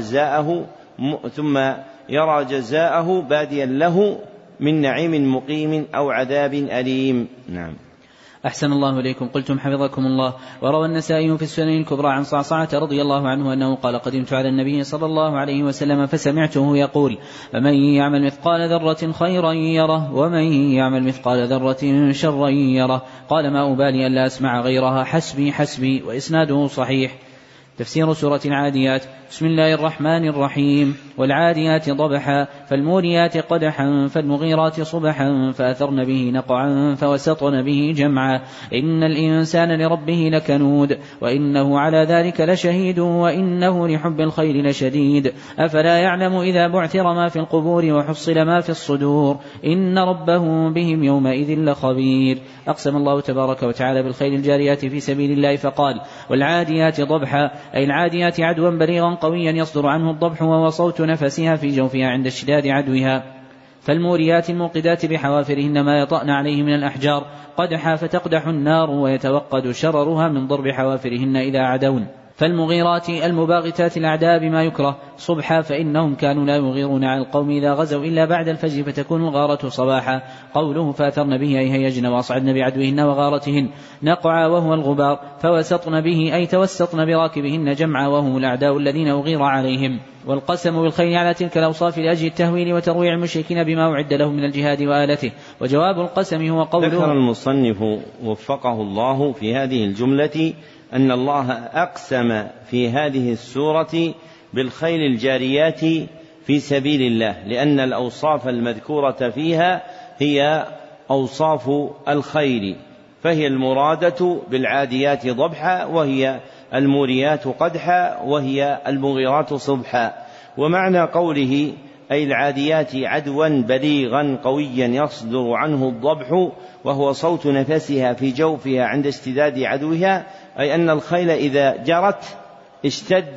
يرى جزاءه باديا له من نعيم مقيم أو عذاب أليم. نعم. أحسن الله إليكم. قلتم حفظكم الله. وروى النسائي في السنن الكبرى عن صعصعة رضي الله عنه أنه قال: قدمت على النبي صلى الله عليه وسلم فسمعته يقول: فمن يعمل مثقال ذرة خيرا يره ومن يعمل مثقال ذرة شرا يره. قال: ما أبالي ألا أسمع غيرها، حسبي حسبي. وإسناده صحيح. تفسير سورة العاديات. بسم الله الرحمن الرحيم. والعاديات ضبحا فالموريات قدحا فالمغيرات صبحا فأثرن به نقعا فوسطن به جمعا. إن الإنسان لربه لكنود وإنه على ذلك لشهيد وإنه لحب الخير لشديد. أفلا يعلم إذا بعثر ما في القبور وحصل ما في الصدور إن ربه بهم يومئذ لخبير. أقسم الله تبارك وتعالى بالخيل الجاريات في سبيل الله فقال: والعاديات ضبحا، أي العاديات عدوا بليغا قويا يصدر عنه الضبح وهو صوت نفسها في جوفها عند اشتداد عدوها. فالموريات الموقدات بحوافرهن ما يطأن عليه من الأحجار قدحا فتقدح النار ويتوقد شررها من ضرب حوافرهن إذا عدون. فالمغيرات المباغتات الأعداء بما يكره صبحا فإنهم كانوا لا يغيرون على القوم إذا غزوا إلا بعد الفجر فتكون الغارة صباحا. قوله فأثرن به أي هيجن وأصعدن بعدوهن وغارتهن. نقعا وهو الغبار فوسطن به أي توسطن براكبهن جمعا وهم الأعداء الذين أغير عليهم. والقسم بالخيل على تلك الأوصاف لأجل التهويل وترويع المشركين بما أعد لهم من الجهاد وآلته. وجواب القسم هو قوله. ذكر المصنف وفقه الله في هذه الجملة أن الله أقسم في هذه السورة بالخيل الجاريات في سبيل الله، لأن الأوصاف المذكورة فيها هي أوصاف الخيل، فهي المرادة بالعاديات ضبحا وهي الموريات قدحا وهي المغيرات صبحا. ومعنى قوله أي العاديات عدوا بليغا قويا يصدر عنه الضبح وهو صوت نفسها في جوفها عند اشتداد عدوها، أي أن الخيل إذا جرت اشتد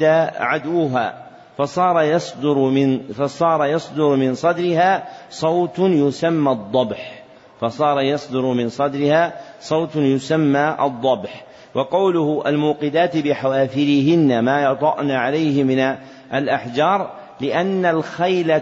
عدوها فصار يصدر من صدرها صوت يسمى الضبح، وقوله الموقدات بحوافرهن ما يطأن عليه من الأحجار لأن الخيل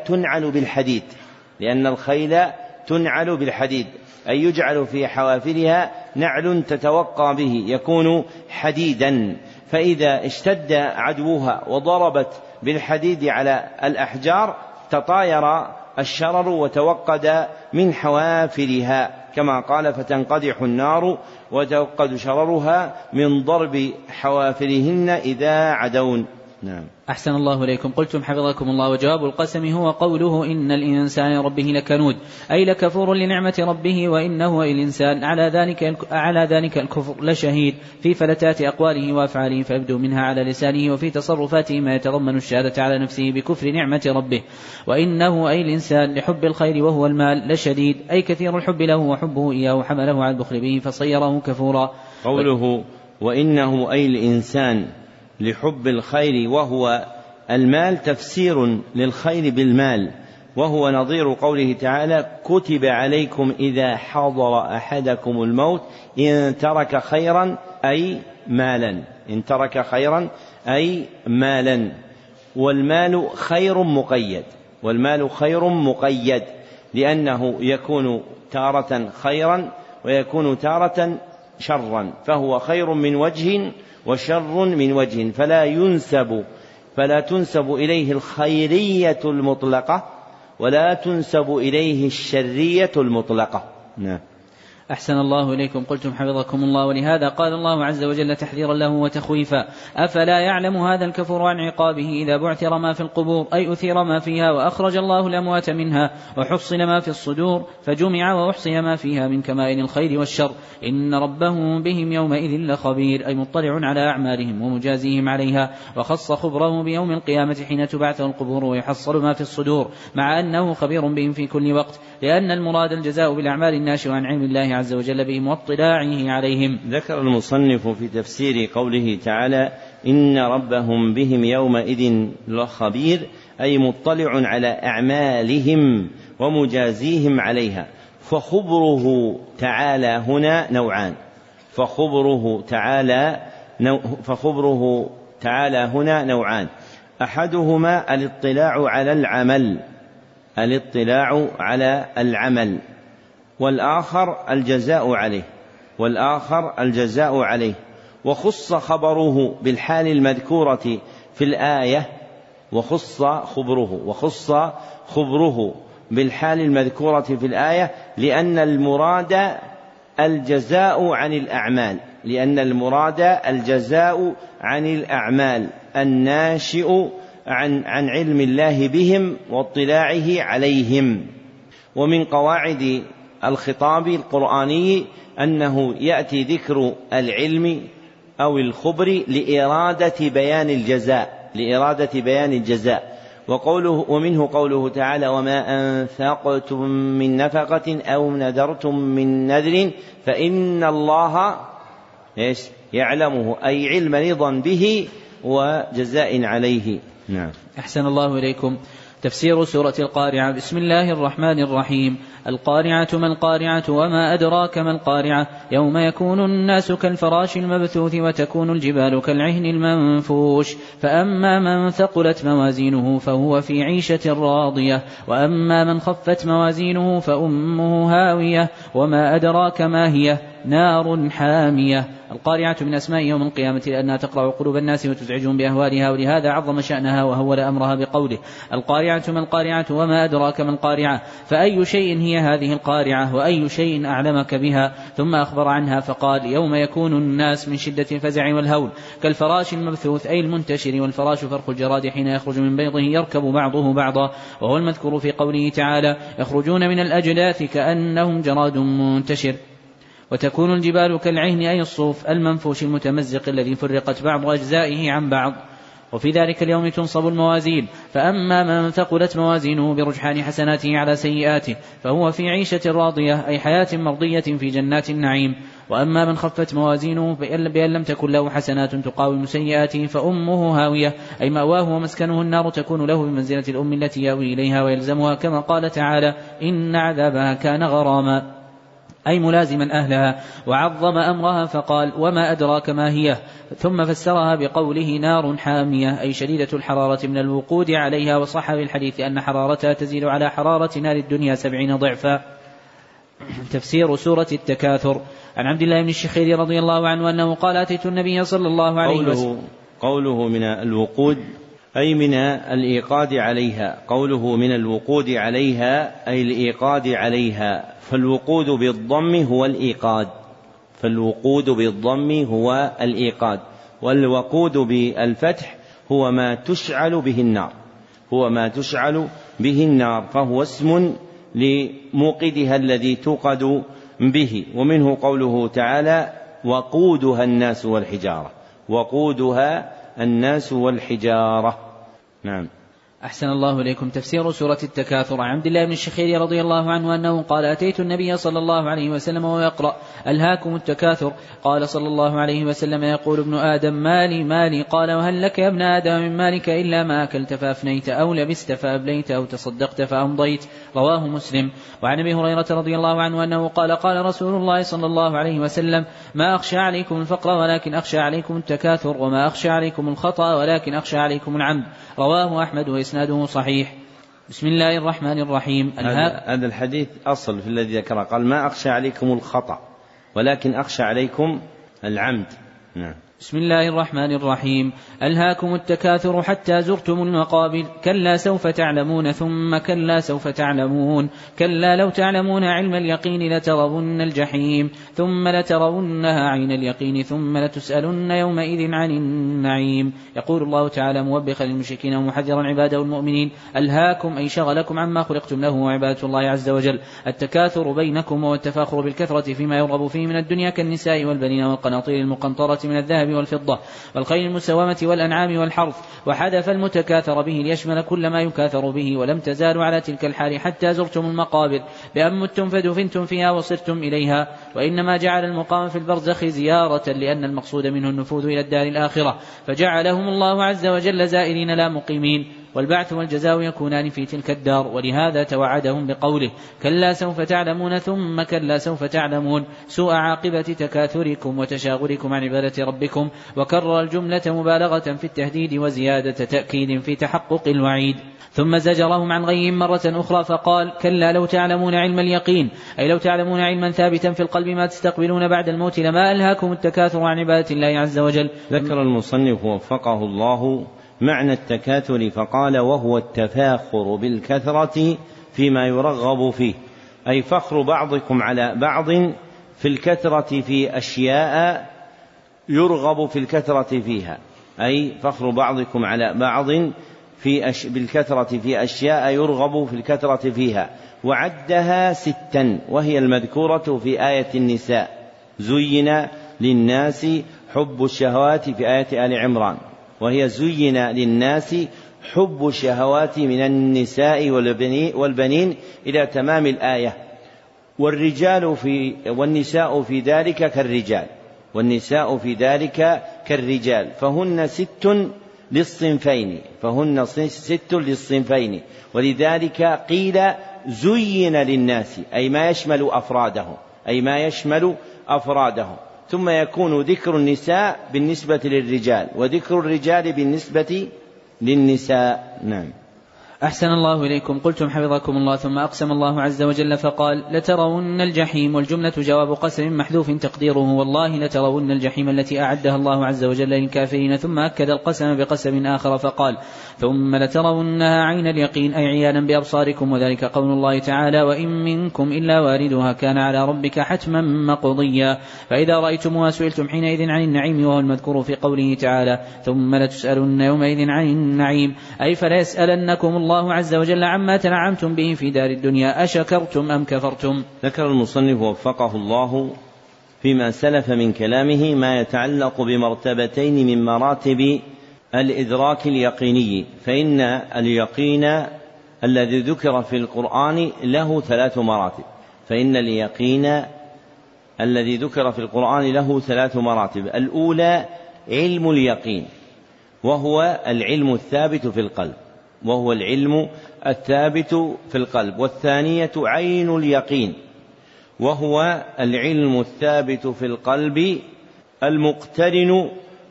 تنعل بالحديد، أي يجعل في حوافرها نعل تتوقى به يكون حديدا، فإذا اشتد عدوها وضربت بالحديد على الأحجار تطاير الشرر وتوقد من حوافرها، كما قال فتنقدح النار وتوقد شررها من ضرب حوافرهن إذا عدون. نعم. أحسن الله إليكم. قلتم حفظكم الله. وجواب القسم هو قوله إن الإنسان ربه لكنود، أي لكفور لنعمة ربه، وإنه أي الإنسان على ذلك الكفر لشهيد في فلتات أقواله وأفعاله، فيبدو منها على لسانه وفي تصرفاته ما يتضمن الشهادة على نفسه بكفر نعمة ربه. وإنه أي الإنسان لحب الخير وهو المال لشديد، أي كثير الحب له وحبه إياه حمله على البخل به فصيره كفورا. قوله وإنه أي الإنسان لحب الخير وهو المال تفسير للخير بالمال، وهو نظير قوله تعالى كتب عليكم إذا حضر أحدكم الموت إن ترك خيرا أي مالا، والمال خير مقيد لأنه يكون تارة خيرا ويكون تارة شرا، فهو خير من وجه وشر من وجه، فلا تنسب إليه الخيرية المطلقة ولا تنسب إليه الشرية المطلقة. نعم. أحسن الله إليكم. قلتم حفظكم الله. ولهذا قال الله عز وجل تحذيرا له وتخويفا: أفلا يعلم هذا الكفر عن عقابه إذا بعثر ما في القبور، أي أثير ما فيها وأخرج الله الأموات منها وحصل ما في الصدور فجمع وأحصي ما فيها من كمائن الخير والشر إن ربهم بهم يومئذ لخبير، أي مطلع على أعمالهم ومجازيهم عليها. وخص خبره بيوم القيامة حين تبعث القبور ويحصل ما في الصدور، مع أنه خبير بهم في كل وقت، لأن المراد الجزاء بالأعمال الناشئة عن علم الله الله عز وجل بهم واطلاعه عليهم. ذكر المصنف في تفسير قوله تعالى إن ربهم بهم يومئذ لخبير أي مطلع على أعمالهم ومجازيهم عليها. فخبره تعالى هنا نوعان، فخبره تعالى هنا نوعان، أحدهما الاطلاع على العمل والآخر الجزاء عليه. وخص خبره بالحال المذكورة في الآية وخص خبره بالحال المذكورة في الآية لأن المراد الجزاء عن الأعمال الناشئ عن علم الله بهم واطلاعه عليهم. ومن قواعد الخطاب القرآني أنه يأتي ذكر العلم أو الخبر لإرادة بيان الجزاء. ومنه قوله تعالى وما أنفقتم من نفقة أو نذرتم من نذر فإن الله يعلمه، أي علم رضا به وجزاء عليه. نعم. أحسن الله إليكم. تفسير سورة القارعة. بسم الله الرحمن الرحيم. القارعة ما القارعة وما أدراك ما القارعة يوم يكون الناس كالفراش المبثوث وتكون الجبال كالعهن المنفوش فأما من ثقلت موازينه فهو في عيشة راضية وأما من خفت موازينه فأمه هاوية وما أدراك ما هي نار حامية. القارعة من أسماء يوم القيامة لأنها تقرع قلوب الناس وتزعجهم بأهوالها، ولهذا عظم شأنها وهول أمرها بقوله القارعة ما القارعة وما أدراك ما القارعة، فأي شيء هي هذه القارعة وأي شيء أعلمك بها. ثم أخبر عنها فقال يوم يكون الناس من شدة الفزع والهول كالفراش المبثوث أي المنتشر، والفراش فرق الجراد حين يخرج من بيضه يركب بعضه بعضا، وهو المذكور في قوله تعالى يخرجون من الأجداث كأنهم جراد منتشر. وتكون الجبال كالعهن أي الصوف المنفوش المتمزق الذي فرقت بعض أجزائه عن بعض. وفي ذلك اليوم تنصب الموازين، فأما من ثقلت موازينه برجحان حسناته على سيئاته فهو في عيشة راضية أي حياة مرضية في جنات النعيم. وأما من خفت موازينه بأن لم تكن له حسنات تقاوم سيئاته فأمه هاوية أي مأواه ومسكنه النار تكون له بمنزلة الأم التي يأوي إليها ويلزمها، كما قال تعالى إن عذابها كان غراما أي ملازما أهلها. وعظم أمرها فقال وما أدراك ما هي، ثم فسرها بقوله نار حامية أي شديدة الحرارة من الوقود عليها. وصح في الحديث أن حرارتها تزيد على حرارة نار الدنيا 70 ضعفا. تفسير سورة التكاثر. عن عبد الله بن الشخير رضي الله عنه أنه قال أتيت النبي صلى الله عليه وسلم. قوله من الوقود أي من الإيقاد عليها، قوله من الوقود عليها أي الإيقاد عليها. فالوقود بالضم هو الإيقاد، والوقود بالفتح هو ما تشعل به النار، فهو اسم لموقدها الذي توقد به. ومنه قوله تعالى وقودها الناس والحجارة. نعم. أحسن الله إليكم. تفسير سورة التكاثر. عن عبد الله بن الشخير رضي الله عنه أنه قال أتيت النبي صلى الله عليه وسلم ويقرأ ألهاكم التكاثر. قال صلى الله عليه وسلم يقول ابن آدم مالي. قال وهل لك يا ابن آدم من مالك إلا ما أكلت فأفنيت أو لبست فأبليت أو تصدقت فأمضيت. رواه مسلم. وعن أبي هريرة رضي الله عنه أنه قال رسول الله صلى الله عليه وسلم ما أخشى عليكم الفقر ولكن أخشى عليكم التكاثر، وما أخشى عليكم الخطأ ولكن أخشى عليكم العمد. رواه أحمد وإسناده صحيح. بسم الله الرحمن الرحيم. هذا الحديث أصل في الذي ذكره، قال ما أخشى عليكم الخطأ ولكن أخشى عليكم العمد. نعم. بسم الله الرحمن الرحيم. ألهاكم التكاثر حتى زرتم المقابر كلا سوف تعلمون ثم كلا سوف تعلمون كلا لو تعلمون علم اليقين لترون الجحيم ثم لترونها عين اليقين ثم لتسألن يومئذ عن النعيم. يقول الله تعالى موبخا للمشركين ومحذرا عباده المؤمنين ألهاكم أي شغلكم عما خلقتم له وعبادة الله عز وجل التكاثر بينكم والتفاخر بالكثرة فيما يرغب فيه من الدنيا كالنساء والبنين والقناطير المقنطرة من الذهب والفضة والخيل المسومة والأنعام والحرث، وحذف المتكاثر به ليشمل كل ما يكاثر به، ولم تزالوا على تلك الحال حتى زرتم المقابر بأن متم فدفنتم فيها وصرتم إليها. وإنما جعل المقام في البرزخ زيارة لأن المقصود منه النفوذ إلى الدار الآخرة، فجعلهم الله عز وجل زائرين لا مقيمين، والبعث والجزاء يكونان في تلك الدار. ولهذا توعدهم بقوله كلا سوف تعلمون ثم كلا سوف تعلمون سوء عاقبة تكاثركم وتشاغلكم عن عبادة ربكم، وكرر الجملة مبالغة في التهديد وزيادة تأكيد في تحقق الوعيد. ثم زجرهم عن غيهم مرة أخرى فقال كلا لو تعلمون علم اليقين، أي لو تعلمون علما ثابتا في القلب ما تستقبلون بعد الموت لما ألهاكم التكاثر عن عبادة الله عز وجل. ذكر المصنف وفقه الله معنى التكاثر فقال وهو التفاخر بالكثرة فيما يرغب فيه، أي فخر بعضكم على بعض في الكثرة في أشياء يرغب في الكثرة فيها، أي فخر بعضكم على بعض بالكثرة في أشياء يرغب في الكثرة فيها. وعدها 6 وهي المذكورة في آية النساء زين للناس حب الشهوات في آية آل عمران، وهي زين للناس حب الشهوات من النساء والبنين إلى تمام الآية. والنساء في ذلك كالرجال، والنساء في ذلك كالرجال، فهن 6 للصنفين، ولذلك قيل زين للناس أي ما يشمل أفراده، ثم يكون ذكر النساء بالنسبة للرجال وذكر الرجال بالنسبة للنساء. نعم. أحسن الله إليكم. قلتم حفظكم الله ثم أقسم الله عز وجل فقال لترون الجحيم، والجملة جواب قسم محذوف تقديره والله لترون الجحيم التي أعدها الله عز وجل للكافرين، ثم أكد القسم بقسم آخر فقال ثم لترونها عين اليقين أي عيانا بأبصاركم، وذلك قول الله تعالى وإن منكم إلا واردها كان على ربك حتما مقضيا. فإذا رأيتموها سئلتم حينئذ عن النعيم، وهو المذكور في قوله تعالى ثم لتسألن يومئذ عن النعيم، أي فلا يسألنكم الله عز وجل عما تنعمتم به في دار الدنيا أشكرتم أم كفرتم. ذكر المصنف وفقه الله فيما سلف من كلامه ما يتعلق بمرتبتين من مراتب الإدراك اليقيني، فإن اليقين الذي ذكر في القرآن له 3 مراتب، الأولى علم اليقين وهو العلم الثابت في القلب، والثانية عين اليقين وهو العلم الثابت في القلب المقترن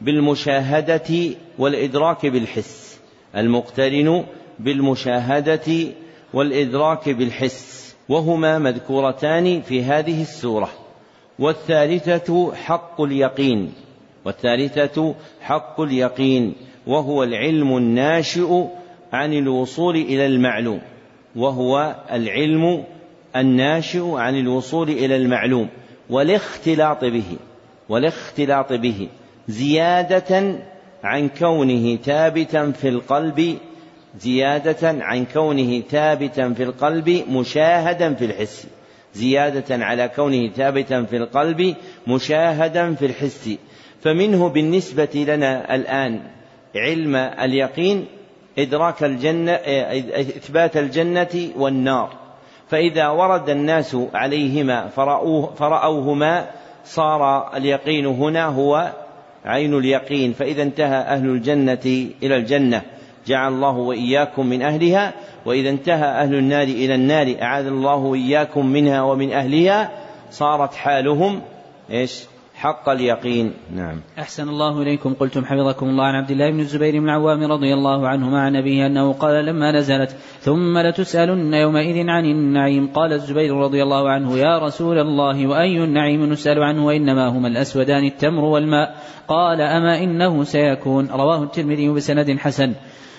بالمشاهدة والإدراك بالحس، وهما مذكورتان في هذه السورة. والثالثة حق اليقين وهو العلم الناشئ عن الوصول إلى المعلوم والاختلاط به زيادة عن كونه ثابتا في القلب مشاهدا في الحس. فمنه بالنسبة لنا الآن علم اليقين إثبات الجنة والنار، فإذا ورد الناس عليهما فرأوهما صار اليقين هنا هو عين اليقين، فإذا انتهى أهل الجنة إلى الجنة جعل الله وإياكم من أهلها، وإذا انتهى أهل النار إلى النار أعاذ الله وإياكم منها ومن أهلها، صارت حالهم حق اليقين. نعم. أحسن الله إليكم. قلتم حفظكم الله عن عبد الله بن الزبير بن العوام رضي الله عنهما عن أبيه أنه قال لما نزلت ثم لتسألن يومئذ عن النعيم، قال الزبير رضي الله عنه يا رسول الله وأي النعيم نسأل عنه وإنما هما الأسودان التمر والماء، قال أما إنه سيكون. رواه الترمذي بسند حسن.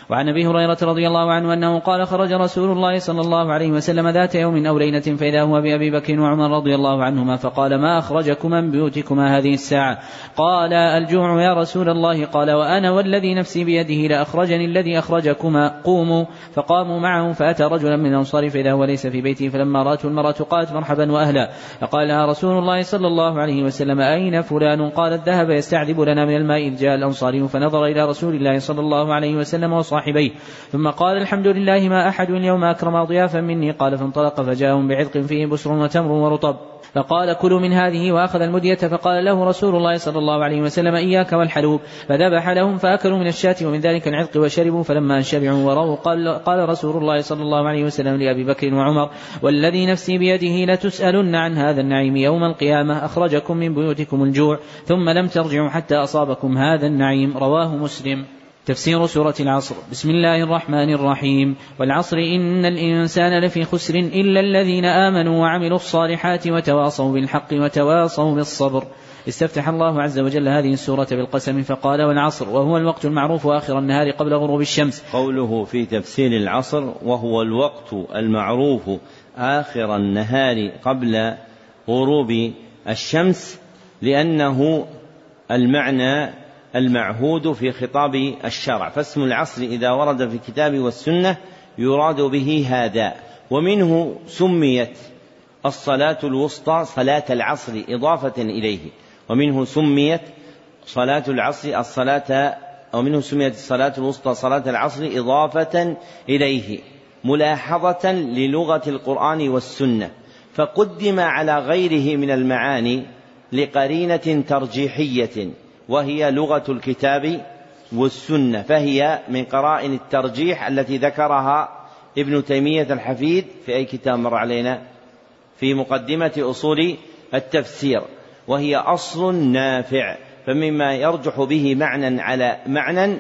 وعن أبي هريرة رضي الله عنه أنه قال خرج رسول الله صلى الله عليه وسلم ذات يوم أو ليلة فإذا هو بأبي بكر وعمر رضي الله عنهما فقال ما أخرجكما من بيوتكما هذه الساعة؟ قال الجوع يا رسول الله. قال وأنا والذي نفسي بيده لأخرجني الذي أخرجكما. قوموا. فقاموا معه فأتى رجلا من الأنصار فإذا هو ليس في بيته فلما رأته المرأة قالت مرحبا وأهلا. فقال لها رسول الله صلى الله عليه وسلم أين فلان؟ قالت ذهب يستعذب لنا من الماء. إذ جاء الأنصاري فنظر إلى رسول الله صلى الله عليه وسلم وصاحبيه ثم قال الحمد لله ما أحد اليوم أكرم ضيافا مني. قال فانطلق فجاءهم بعذق فيه بسر وتمر ورطب فقال كلوا من هذه وأخذ المدية. فقال له رسول الله صلى الله عليه وسلم إياك والحلوب. فذبح لهم فأكلوا من الشاة ومن ذلك العذق وشربوا. فلما شبعوا وروا قال رسول الله صلى الله عليه وسلم لأبي بكر وعمر والذي نفسي بيده لتسألن عن هذا النعيم يوم القيامة. أخرجكم من بيوتكم الجوع ثم لم ترجعوا حتى أصابكم هذا النعيم. رواه مسلم. تفسير سورة العصر. بسم الله الرحمن الرحيم. والعصر إن الإنسان لفي خسر إلا الذين آمنوا وعملوا الصالحات وتواصوا بالحق وتواصوا بالصبر. استفتح الله عز وجل هذه السورة بالقسم فقال والعصر وهو الوقت المعروف آخر النهار قبل غروب الشمس. قوله في تفسير العصر وهو الوقت المعروف آخر النهار قبل غروب الشمس لأنه المعنى المعهود في خطاب الشرع. فاسم العصر إذا ورد في الكتاب والسنة يراد به هذا. ومنه سميت الصلاة الوسطى صلاة العصر إضافة إليه. ومنه سميت صلاة العصر ومنه سميت الصلاة الوسطى صلاة العصر إضافة إليه ملاحظة للغة القرآن والسنة. فقدم على غيره من المعاني لقرينة ترجيحية وهي لغة الكتاب والسنة، فهي من قرائن الترجيح التي ذكرها ابن تيمية الحفيد في أي كتاب مر علينا في مقدمة أصول التفسير، وهي أصل نافع. فمما يرجح به معنى على معنى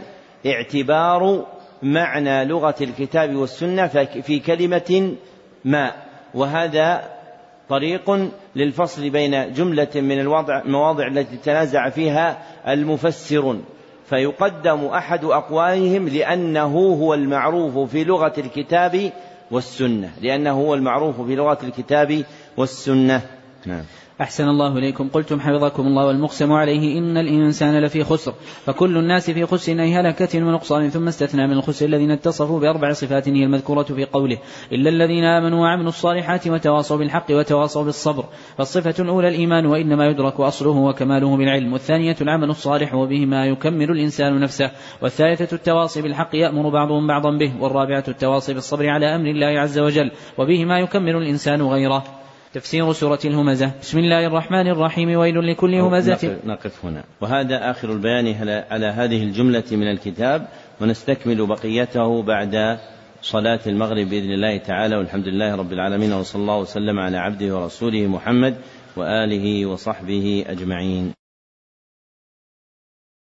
اعتبار معنى لغة الكتاب والسنة في كلمة ما، وهذا طريق للفصل بين جملة من المواضع التي تنازع فيها المفسرون، فيقدم أحد أقوالهم لأنه هو المعروف في لغة الكتاب والسنة. نعم. أحسن الله إليكم. قلتم حفظكم الله والمقسم عليه إن الإنسان لفي خسر، فكل الناس في خسر أي هلكة ونقصان، ثم استثنى من الخسر الذين اتصفوا بأربع صفات هي المذكورة في قوله إلا الذين آمنوا وعملوا الصالحات وتواصوا بالحق وتواصوا بالصبر. فالصفة الأولى الإيمان وإنما يدرك أصله وكماله بالعلم، والثانية العمل الصالح وبهما يكمل الإنسان نفسه، والثالثة التواصي بالحق يأمر بعضهم بعضا به، والرابعة التواصي بالصبر على أمر الله عز وجل وبهما يكمل الإنسان غيره. تفسير سورة الهمزة. بسم الله الرحمن الرحيم. ويل لكل همزة. نقف هنا، وهذا آخر البيان على هذه الجملة من الكتاب، ونستكمل بقيته بعد صلاة المغرب بإذن الله تعالى. والحمد لله رب العالمين، وصلى الله وسلم على عبده ورسوله محمد وآله وصحبه أجمعين.